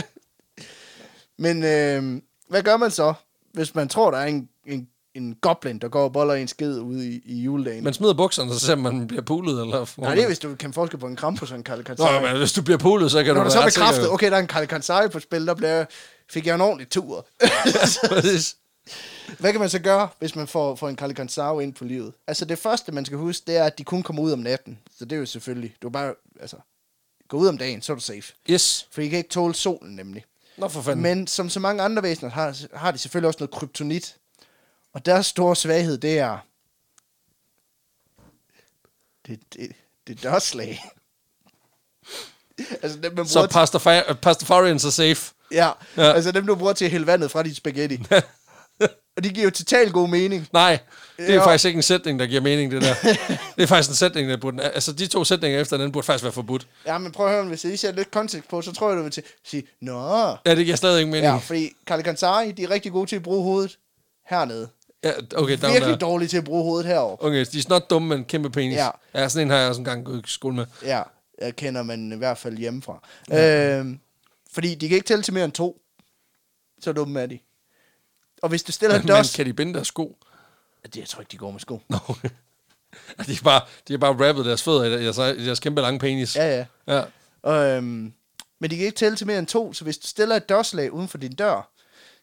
Men hvad gør man så, hvis man tror, der er en goblin, der går og boller en sked ude i juledagen? Man smider bukserne, så ser man bliver pulet, eller? Nej, det er, hvis du kan forske på en Krampus og en Kalle Kansai. Nå, men hvis du bliver pulet, så kan du være så bekræftet, okay, der er en Kalle Kansai på spil, fik jeg en ordentlig tur. Hvad kan man så gøre, hvis man får en Kalle Kansai ind på livet? Altså, det første, man skal huske, det er, at de kun kommer ud om natten. Så det er jo selvfølgelig, du bare, gå ud om dagen, så er du safe. Yes. For I kan ikke tåle solen, nemlig. Nå, for fanden. Men som så mange andre væsener, har de selvfølgelig også noget kryptonit. Og deres store svaghed, det er... Det er dørslag. Altså dem, man så Pastafarians er safe. Ja, altså dem, du bruger til at hælde vandet fra dit spaghetti. Og de giver jo totalt god mening. Nej, det er faktisk ikke en sætning, der giver mening, det der. Det er faktisk en sætning, der burde... Altså, de 2 sætninger efter den burde faktisk være forbudt. Ja, men prøv at høre, hvis jeg lige sætter lidt kontekst på, så tror jeg, du vil sige, nå... Ja, det giver stadig ikke mening. Ja, fordi Kalle Kansai, de er rigtig gode til at bruge hovedet hernede. Ja, okay, virkelig dårlige til at bruge hovedet heroppe. Okay, de er snot dumme, men kæmpe penis. Ja, sådan en har jeg også engang gået i skole med. Ja, jeg kender man i hvert fald hjemmefra. Ja. Fordi de kan ikke tælle til mere end 2. Så dumme er de. Og hvis du stiller en dørs... Men kan de binde deres sko? Jeg tror ikke, de går med sko. No. de er bare rappet deres fødder i deres kæmpe lange penis. Ja. Men de kan ikke tælle til mere end 2, så hvis du stiller et dørslag uden for din dør,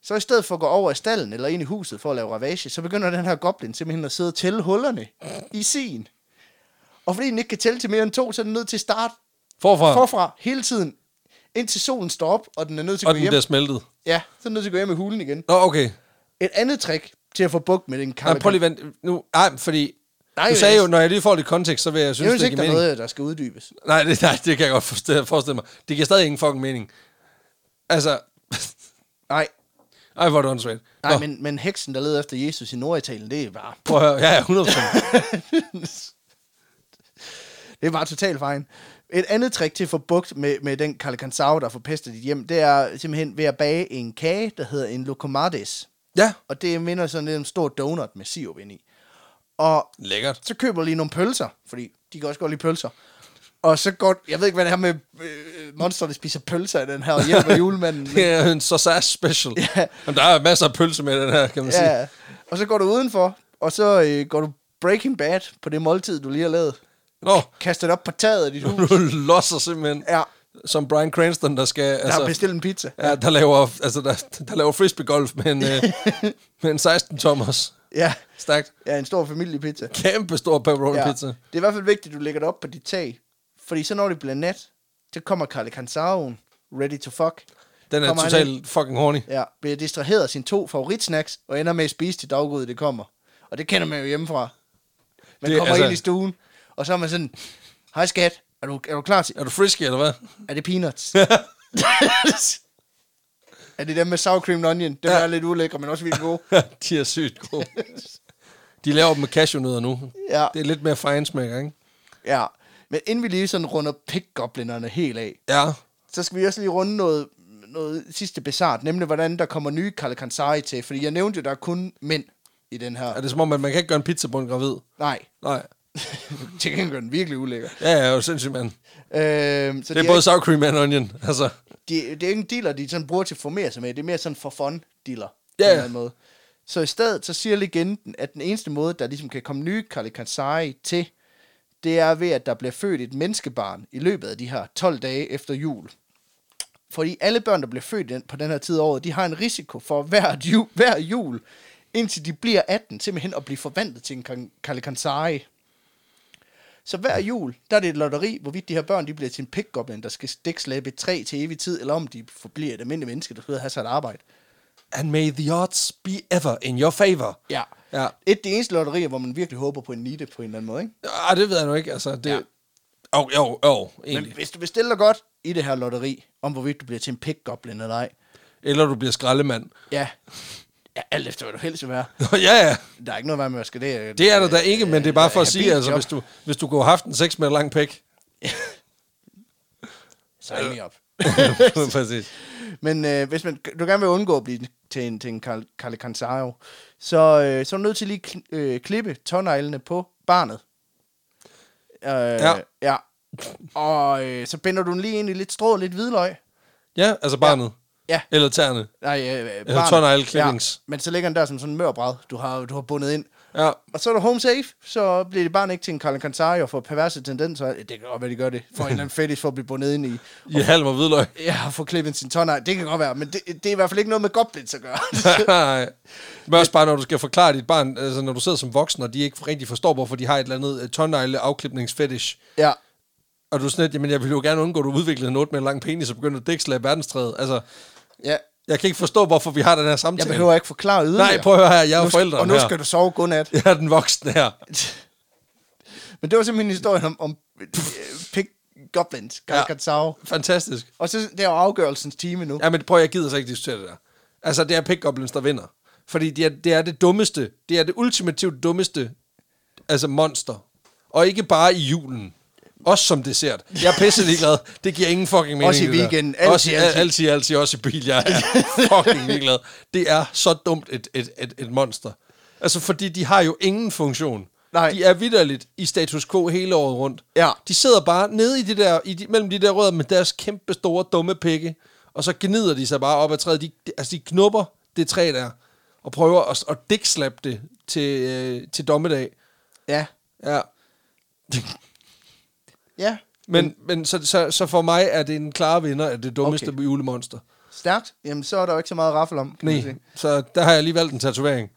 Så i stedet for at gå over i stallen eller ind i huset for at lave ravage, så begynder den her goblin simpelthen at sidde og tælle hullerne i sin. Og fordi den ikke kan tælle til mere end 2, så er den nødt til at starte forfra hele tiden, indtil solen står op, og den er nødt til at gå hjem. Og den bliver smeltet. Ja, så er den nødt til at gå hjem i hulen igen. Nå, okay. Et andet trick til at få bugt med den Nej, prøv lige vent. Nu, fordi du sagde jo, når jeg lige får lidt kontekst, så vil jeg synes, det ikke mening. Der er noget, der skal uddybes. Nej, det kan jeg godt forestille mig. Det giver stadig ingen fucking mening. Altså... Nej. Ej, hvor er det åndssvagt. Nej, men heksen, der leder efter Jesus i Norditalien, det er bare... Prøv at høre, ja, 100%. Det er bare totalt fejl. Et andet trick til at få bugt med den kalakansao, der forpester dit hjem, det er simpelthen ved at bage en kage, der hedder en lokomades. Ja. Og det minder sådan lidt om en stor donut med sirup ind i. Og lækkert. Så køber du lige nogle pølser, fordi de kan også godt lide pølser. Og så godt, jeg ved ikke, hvad det er med monster, der spiser pølser i den her, og hjælper julemanden. Det er en sausage special. Ja. Jamen, der er masser af pølse med den her, kan man sige. Ja, og så går du udenfor, og så går du Breaking Bad på det måltid, du lige har lavet. Nå. Kaster det op på taget af dit hus. Du losser simpelthen. Ja. Som Bryan Cranston, der skal... Der har bestilt en pizza. Ja, der laver frisbeegolf med en 16-tommers. Ja. Stærkt. Ja, en stor familiepizza. Kæmpe stor pepperoni-pizza. Det er i hvert fald vigtigt, at du lægger det op på dit tag. Fordi så når det bliver nat, så kommer kalakansaren ready to fuck. Den er totalt fucking horny. Ja, bliver distraheret af sine 2 favoritsnacks, og ender med at spise til daggryde, det kommer. Og det kender man jo hjemmefra. Man kommer ind i stuen, og så er man sådan, hej skat, er du klar til... Er du frisky, eller hvad? Er det peanuts? Er det dem med sour cream and onion? Det er lidt ulækre, men også vildt gode. De er sygt gode. De laver dem med cashewnødder nu. Ja. Det er lidt mere fejnsmæk, ikke? Ja, men inden vi lige sådan runder pick-goblinerne helt af, ja, så skal vi også lige runde noget sidste bizart, nemlig hvordan der kommer nye kalakansari til. Fordi jeg nævnte jo, der er kun mænd i den her. Er det som om, at man kan ikke gøre en pizza på en gravid? Nej. Til gengæld gør den virkelig ulækker. Ja, jo sindssygt, mand. Så det er både sour cream and onion, altså. Det er ikke en dealer, de sådan bruger til at formere sig med. Det er mere sådan for fun dealer. Ja. På en måde. Så i stedet, så siger legenden, at den eneste måde, der ligesom kan komme nye kalakansari til, det er ved, at der bliver født et menneskebarn i løbet af de her 12 dage efter jul. Fordi alle børn, der bliver født på den her tid af året, de har en risiko for hver jul, indtil de bliver 18, simpelthen at blive forvandlet til en kalakansari. Så hver jul, der er det et lotteri, hvorvidt de her børn, de bliver til en pick-goblin, der skal stikslappe et træ til evig tid, eller om de forbliver et almindeligt menneske, der skal have sig et arbejde. And may the odds be ever in your favor. Ja. Det eneste lotteri, hvor man virkelig håber på en nitte på en eller anden måde, ikke? Ja, det ved jeg nu ikke, altså. Det... Jo, egentlig. Men hvis du vil stille dig godt i det her lotteri, om hvorvidt du bliver til en pick-goblin eller ej. Eller du bliver skraldemand. Ja, alt efter hvad du helst vil være. Ja. Der er ikke noget værd med at skal det. Det er der ikke, men det er bare for at sige, altså, hvis du kunne have haft en 6 meter lang pæk. Sign me up. Præcis. Men hvis du gerne vil undgå at blive til en kalakansaro, så er du nødt til lige klippe tåneglene på barnet. Ja. Og så binder du den lige ind i lidt strå og lidt hvidløg. Ja, altså barnet. Ja. Eller tæerne. Nej, eller tånegleklippings. Ja, men så ligger den der som sådan en mørbræd, du har bundet ind. Ja. Og så er du home safe, så bliver det barn ikke til en kalakansari og får perverse tendenser. Det kan godt være, de gør det. For en eller anden fetish for at blive bundet ind i halm og hvidløg. Ja, og få klippet sin tånegl. Det kan godt være, men det er i hvert fald ikke noget med goblins at gøre. Nej. Men også bare, når du skal forklare dit barn, altså når du sidder som voksen, og de ikke rigtig forstår, hvorfor de har et eller andet tånegle afklipningsfetish. Ja. Og du er sådan lidt, jamen jeg vil jo gerne undgå, at du udvikler en 8 meter lang penis og begynder at dæksle af verdenstræet. Altså, ja. Jeg kan ikke forstå, hvorfor vi har den her samtale. Jeg behøver ikke forklare yderligere. Nej, prøv at høre her, jeg er forældre. Og nu skal du sove godnat. Jeg er den voksne her. Men det var simpelthen historien om Pig Goblins, Kalakansaro. Ja, fantastisk. Og så det er jo afgørelsens time nu. Ja, men prøv, jeg gider så ikke diskutere det der. Altså, det er Pig Goblins, der vinder. Fordi det er det dummeste, det er det ultimativt dummeste, altså monster. Og ikke bare i julen. Også som dessert. Jeg er pisse ligeglad. Det giver ingen fucking mening. Også i weekenden. Altid også i bil. Jeg er fucking ligeglad. Det er så dumt et monster. Altså, fordi de har jo ingen funktion. Nej. De er vitterligt i status quo hele året rundt. Ja. De sidder bare nede i det der, mellem de der rødder med deres kæmpe store dumme pikke, og så gnider de sig bare op ad træet. De knupper det træ der, og prøver at dækslappe det til dommedag. Ja. Ja. Ja. Men så for mig er det en klar vinder af det dummeste julemonster. Stærkt. Jamen, så er der jo ikke så meget raffel om, kan man sige. Så der har jeg lige valgt en tatovering.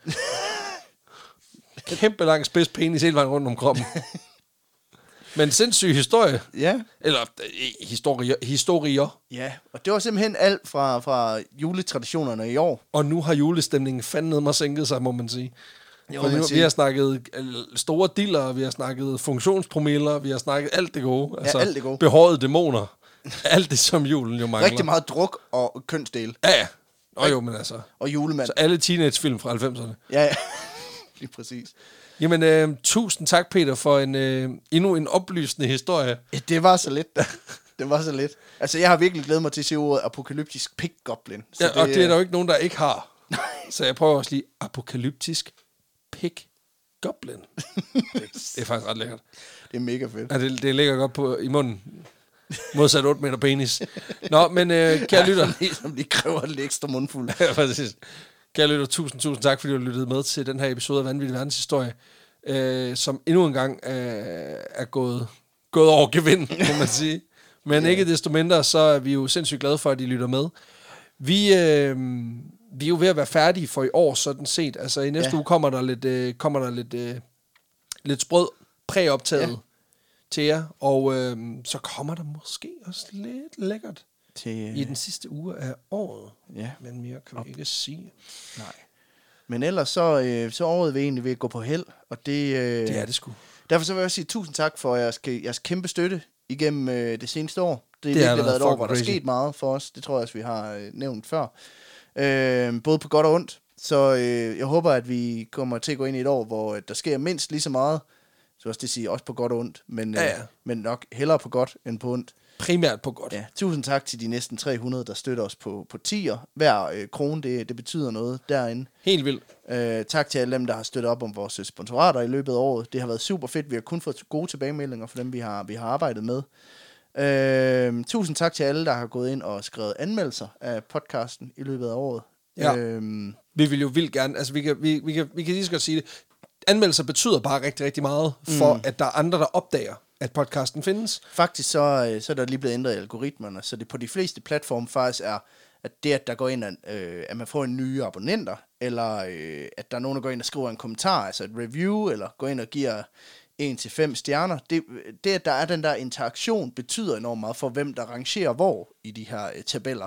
Kæmpe lang spids penis hele vejen rundt om kroppen. Men sindssyg historie. Ja. Eller historier. Ja, og det var simpelthen alt fra juletraditionerne i år. Og nu har julestemningen fandme mig sænket sig, må man sige. Jo, vi har snakket store diller, vi har snakket funktionspromiller, vi har snakket alt det gode. Ja, alt det gode. Behårede dæmoner. Alt det, som julen jo mangler. Rigtig meget druk og kønsdel. Ja. Jo, men altså. Og julemand. Så alle teenagefilm fra 90'erne. Ja. Lige præcis. Jamen, tusind tak, Peter, for endnu en oplysende historie. Ja, det var så lidt. Det var så lidt. Altså, jeg har virkelig glædet mig til at se ordet apokalyptisk pig goblin. Så ja, og det er der jo ikke nogen, der ikke har. Så jeg prøver også lige apokalyptisk pig goblin. Det er faktisk ret lækkert. Det er mega fedt. Ja, det ligger godt i munden. Modsat 8 meter penis. Nå, men kære lytter. Som de kræver lidt ekstra mundfuld. Ja, præcis. Kære lytter, tusind tak, fordi du lyttede med til den her episode af Vanvittig Verdenshistorie, som endnu en gang er gået over gevind, må man sige. Men ikke desto mindre, så er vi jo sindssygt glade for, at I lytter med. Vi er jo ved at være færdige for i år, sådan set. Altså i næste uge kommer der lidt sprød præoptaget til jer, og så kommer der måske også lidt lækkert i den sidste uge af året. Ja. Men mere kan vi ikke sige. Nej. Men ellers så året vi egentlig ved at gå på held, og det er det sgu. Derfor så vil jeg sige tusind tak for jeres kæmpe støtte igennem det seneste år. Det har virkelig været et år, hvor der er sket meget for os. Det tror jeg også, vi har nævnt før. Både på godt og ondt. Så jeg håber, at vi kommer til at gå ind i et år, hvor der sker mindst lige så meget. Så også det siger også på godt og ondt, men nok hellere på godt end på ondt. Primært på godt. Ja, tusind tak til de næsten 300, der støtter os på tier. Hver krone, det betyder noget derinde. Helt vildt. Tak til alle dem, der har støttet op om vores sponsorater i løbet af året. Det har været super fedt. Vi har kun fået gode tilbagemeldinger for dem, vi har arbejdet med. Tusind tak til alle, der har gået ind og skrevet anmeldelser af podcasten i løbet af året. Ja. Vi vil jo vildt gerne, altså vi kan lige så godt sige det. Anmeldelser betyder bare rigtig, rigtig meget for, at der er andre, der opdager, at podcasten findes. Faktisk så er der lige blevet ændret i algoritmerne, så det på de fleste platforme faktisk er, at det, at der går ind, at man får en nye abonnenter, eller at der er nogen, der går ind og skriver en kommentar, altså et review, eller går ind og giver 1-5 stjerner. Det, at der er den der interaktion, betyder enormt meget for, hvem der rangerer hvor i de her tabeller.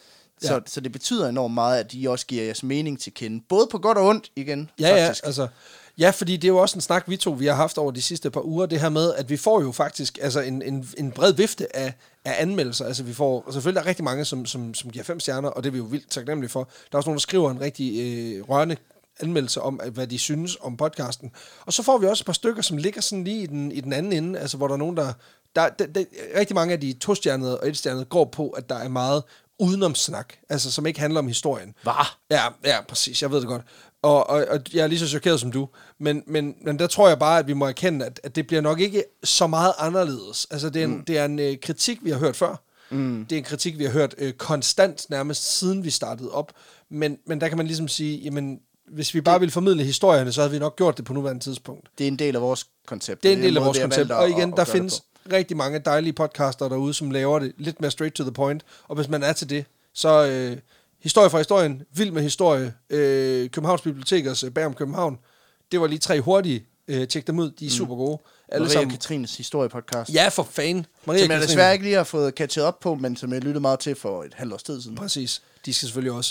Så det betyder enormt meget, at de også giver jeres mening til kende. Både på godt og ondt igen, faktisk. Ja, fordi det er jo også en snak, vi har haft over de sidste par uger, det her med, at vi får jo faktisk altså en bred vifte af anmeldelser. Altså vi får, selvfølgelig er der rigtig mange, som giver 5 stjerner, og det er vi jo vildt taknemmelige for. Der er også nogen, der skriver en rigtig rørende anmeldelse om, hvad de synes om podcasten. Og så får vi også et par stykker, som ligger sådan lige i den anden ende, altså hvor der er nogen, der rigtig mange af de 2-stjernede og 1-stjernede går på, at der er meget udenomsnak, altså som ikke handler om historien. Hvad? Ja, præcis, jeg ved det godt. Og jeg er lige så chokeret som du, men der tror jeg bare, at vi må erkende, at det bliver nok ikke så meget anderledes. Altså det er en kritik, vi har hørt før. Det er en kritik, vi har hørt konstant, nærmest siden vi startede op. Men der kan man ligesom sige, jamen, hvis vi bare ville formidle historierne, så havde vi nok gjort det på nuværende tidspunkt. Det er en del af vores koncept. Det er en del af vores koncept, og igen, der findes rigtig mange dejlige podcaster derude, som laver det lidt mere straight to the point, og hvis man er til det, så historie fra historien, vild med historie, Københavns Bibliotekers Bag om København, det var lige 3 hurtige, tjek dem ud, de er super gode. Maria og Katrines historiepodcast. Ja, for fan. Maria som jeg desværre ikke lige har fået catchet op på, men som jeg lyttede meget til for et halvt års tid siden. Præcis, de skal selvfølgelig også.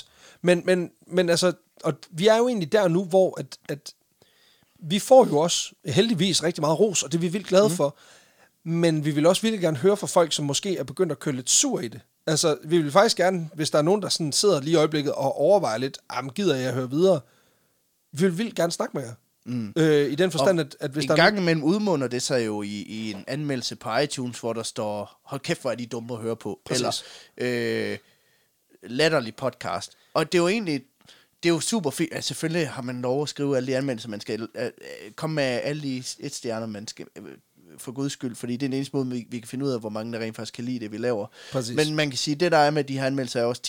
Men altså, og vi er jo egentlig der nu, hvor at vi får jo også heldigvis rigtig meget ros, og det er vi vildt glade for. Men vi vil også virkelig gerne høre fra folk, som måske er begyndt at køre lidt sur i det. Altså, vi vil faktisk gerne, hvis der er nogen, der sådan sidder lige i øjeblikket og overvejer lidt, gider jeg høre videre, vi vil vildt gerne snakke med jer. I den forstand, at hvis der en gang imellem udmunder det sig jo i en anmeldelse på iTunes, hvor der står, hold kæft, hvor er de dumme at høre på. Præcis. Eller latterlig podcast. Og det er jo egentlig, det er jo super fint. Altså, selvfølgelig har man lov at skrive alle de anmeldelser, man skal komme med alle de 1 stjerner, man skal for guds skyld, fordi det er den eneste måde, vi kan finde ud af, hvor mange der rent faktisk kan lide det, vi laver. Præcis. Men man kan sige, det der er med de her anmeldelser er også tit,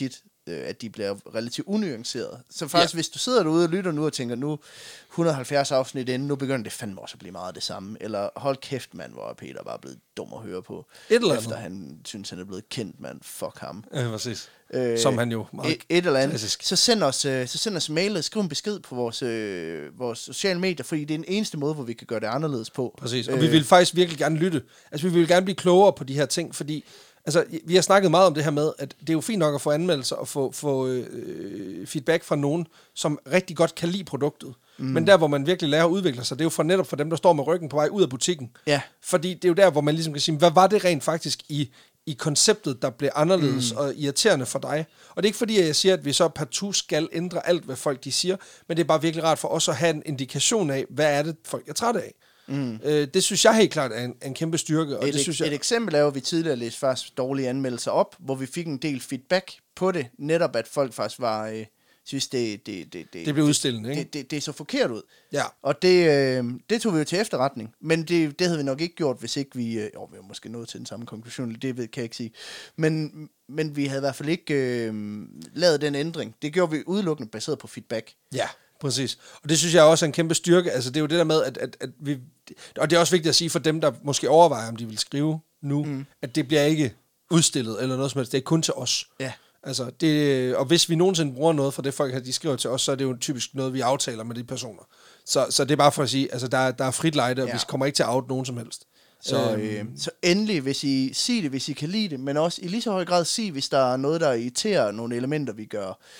at de bliver relativt unuancerede. Så faktisk, hvis du sidder derude og lytter nu og tænker, nu 170 afsnit inden, nu begynder det fandme også at blive meget det samme. Eller hold kæft, mand, hvor er Peter bare blevet dum at høre på. Efter han synes, han er blevet kendt, mand. Fuck ham. Ja, præcis. Som han jo meget et eller andet. Klassisk. Så send os mailet, skriv en besked på vores sociale medier, fordi det er den eneste måde, hvor vi kan gøre det anderledes på. Præcis, og vi vil faktisk virkelig gerne lytte. Altså, vi vil gerne blive klogere på de her ting, fordi altså, vi har snakket meget om det her med, at det er jo fint nok at få anmeldelser og få feedback fra nogen, som rigtig godt kan lide produktet. Men der, hvor man virkelig lærer at udvikle sig, det er jo netop for dem, der står med ryggen på vej ud af butikken. Ja. Fordi det er jo der, hvor man ligesom kan sige, hvad var det rent faktisk i konceptet, der blev anderledes og irriterende for dig. Og det er ikke fordi, at jeg siger, at vi så partout skal ændre alt, hvad folk de siger, men det er bare virkelig rart for os at have en indikation af, hvad er det, folk er trætte af. Det synes jeg helt klart er en kæmpe styrke. Og et eksempel er jo, at vi tidligere læste faktisk dårlige anmeldelser op, hvor vi fik en del feedback på det, netop at folk faktisk var... synes, det blev udstillende, ikke? Det så forkert ud. Ja. Og det tog vi jo til efterretning. Men det havde vi nok ikke gjort, hvis ikke vi... vi var måske nået til den samme konklusion, det kan jeg ikke sige. Men vi havde i hvert fald ikke lavet den ændring. Det gjorde vi udelukkende baseret på feedback. Ja, præcis. Og det synes jeg også er en kæmpe styrke. Altså, det er jo det der med, at vi... Og det er også vigtigt at sige for dem, der måske overvejer, om de vil skrive nu, at det bliver ikke udstillet eller noget som helst. Det er kun til os. Ja. Altså, og hvis vi nogensinde bruger noget fra det folk, de skriver til os, så er det jo typisk noget, vi aftaler med de personer. Så det er bare for at sige, altså, der er frit lejde, og vi kommer ikke til at out nogen som helst. Så endelig, hvis I kan lide det, men også i lige så høj grad sige, hvis der er noget, der irriterer nogle elementer, vi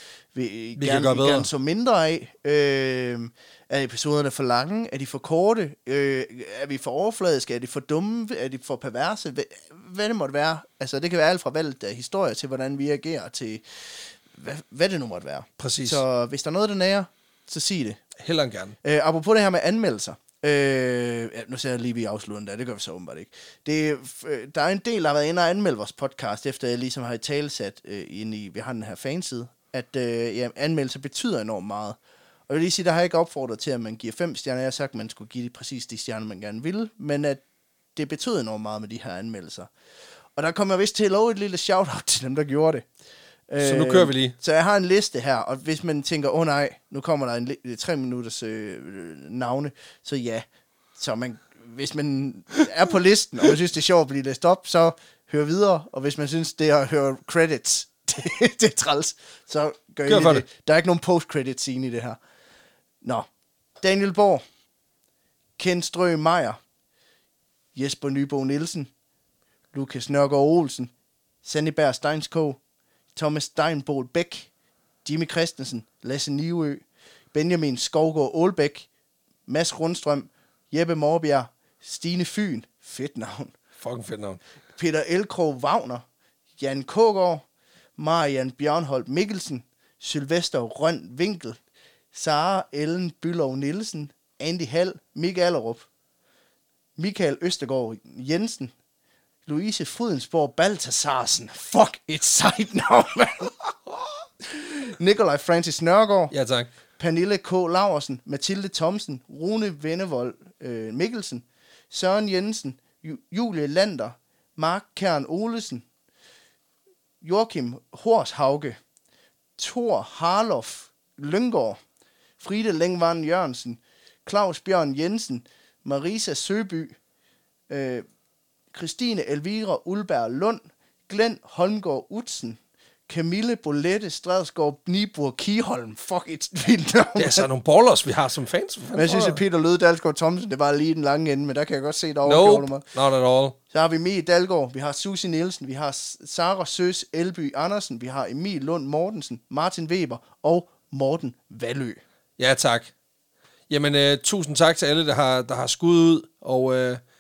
gerne så mindre af. Er episoderne for lange? Er de for korte? Er vi for overfladiske? Er de for dumme? Er de for perverse? Hvad det måtte være. Altså, det kan være alt fra valget af historier til, hvordan vi agerer, til hvad det nu måtte være. Præcis. Så hvis der er noget, der nærer, så sig det. Heller end gerne. Apropos det her med anmeldelser. Nu ser jeg lige, vi afslutter den der. Det gør vi så åbenbart ikke. Der er en del, der har været inde og anmelde vores podcast, efter jeg ligesom har i talesat vi har den her fanside, at anmeldelser betyder enormt meget. Og jeg vil lige sige, der har jeg ikke opfordret til, at man giver 5 stjerner. Jeg har sagt, at man skulle give det præcis de stjerner, man gerne ville. Men at det betyder enormt meget med de her anmeldelser. Og der kommer jeg vist til at love et lille shout-out til dem, der gjorde det. Så nu kører vi lige. Så jeg har en liste her, og hvis man tænker, nej, nu kommer der en 3 minutters navne, så ja. Så hvis man er på listen, og man synes, det er sjovt at blive læst op, så hør videre. Og hvis man synes, det er at høre credits, det er træls, så gør I det. Der er ikke nogen post-credit scene i det her. Nå. Daniel Borg, Ken Strø Meier, Jesper Nybo Nielsen, Lukas Nørgaard Olsen, Sandy Berg Steinskog, Thomas Steinbol Bæk, Jimmy Christensen, Lasse Nivø, Benjamin Skovgaard Ålbæk, Mads Rundstrøm, Jeppe Morbjerg, Stine Fyn, fedt navn. Fucking fedt navn. Peter Elkrog Wagner, Jan Kågaard, Marian Bjørnholt Mikkelsen, Sylvester Røn Winkel, Sara Ellen Bylov Nielsen, Andy Hall, Mikke Allerup, Michael Østergaard Jensen, Louise Frydensborg Balthasarsen. Fuck, et sejt navn, mand. Nikolaj Francis Nørgaard. Ja, tak. Pernille K. Laursen, Mathilde Thomsen, Rune Vennevold Mikkelsen, Søren Jensen, Julie Lander, Mark Kern Olesen, Joachim Horshauge, Thor Harlof Lyngård, Fride Lengvand Jørgensen, Claus Bjørn Jensen, Marisa Søby, Christine Elvira Ulberg Lund, Glenn Holmgaard Utsen, Camille Bolette Stradsgaard Nibur Kiholm. Fuck, et vildt navn. Det er så nogle ballers, vi har som fans. Men jeg synes, at Peter Løde Dalsgaard Thomsen, det var lige den lange ende, men der kan jeg godt se, der overgjorde mig. Not at all. Så har vi Mie Dalgaard, vi har Susie Nielsen, vi har Sara Søs Elby Andersen, vi har Emil Lund Mortensen, Martin Weber og Morten Valø. Ja, tak. Jamen, tusind tak til alle, der har skudt ud, og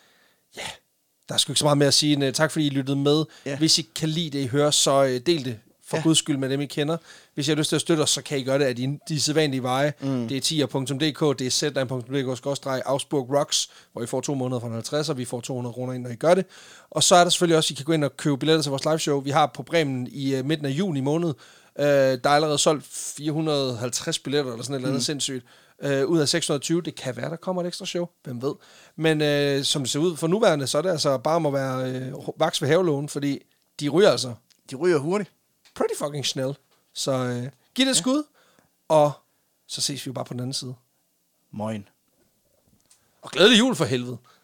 der er sgu ikke så meget mere at sige. Tak fordi I lyttede med. Ja. Hvis I kan lide det, I hører, så del det for Guds skyld med dem, I kender. Hvis I har lyst til at støtte os, så kan I gøre det af de sædvanlige veje. Det er tier.dk, det er z9.dk/Augsburg Rocks, hvor I får 2 måneder fra 50, og vi får 200 kroner ind, når I gør det. Og så er der selvfølgelig også, I kan gå ind og købe billetter til vores liveshow. Vi har på Bremen i midten af juni måned. Der er allerede solgt 450 billetter, eller sådan et eller andet sindssygt. Ud af 620, det kan være, der kommer et ekstra show, hvem ved. Men som det ser ud for nuværende, så er det altså bare må være vaks ved havelågen, fordi de ryger altså. De ryger hurtigt. Pretty fucking snel. Så giv det et skud, og så ses vi jo bare på den anden side. Moin. Og glædelig jul for helvede.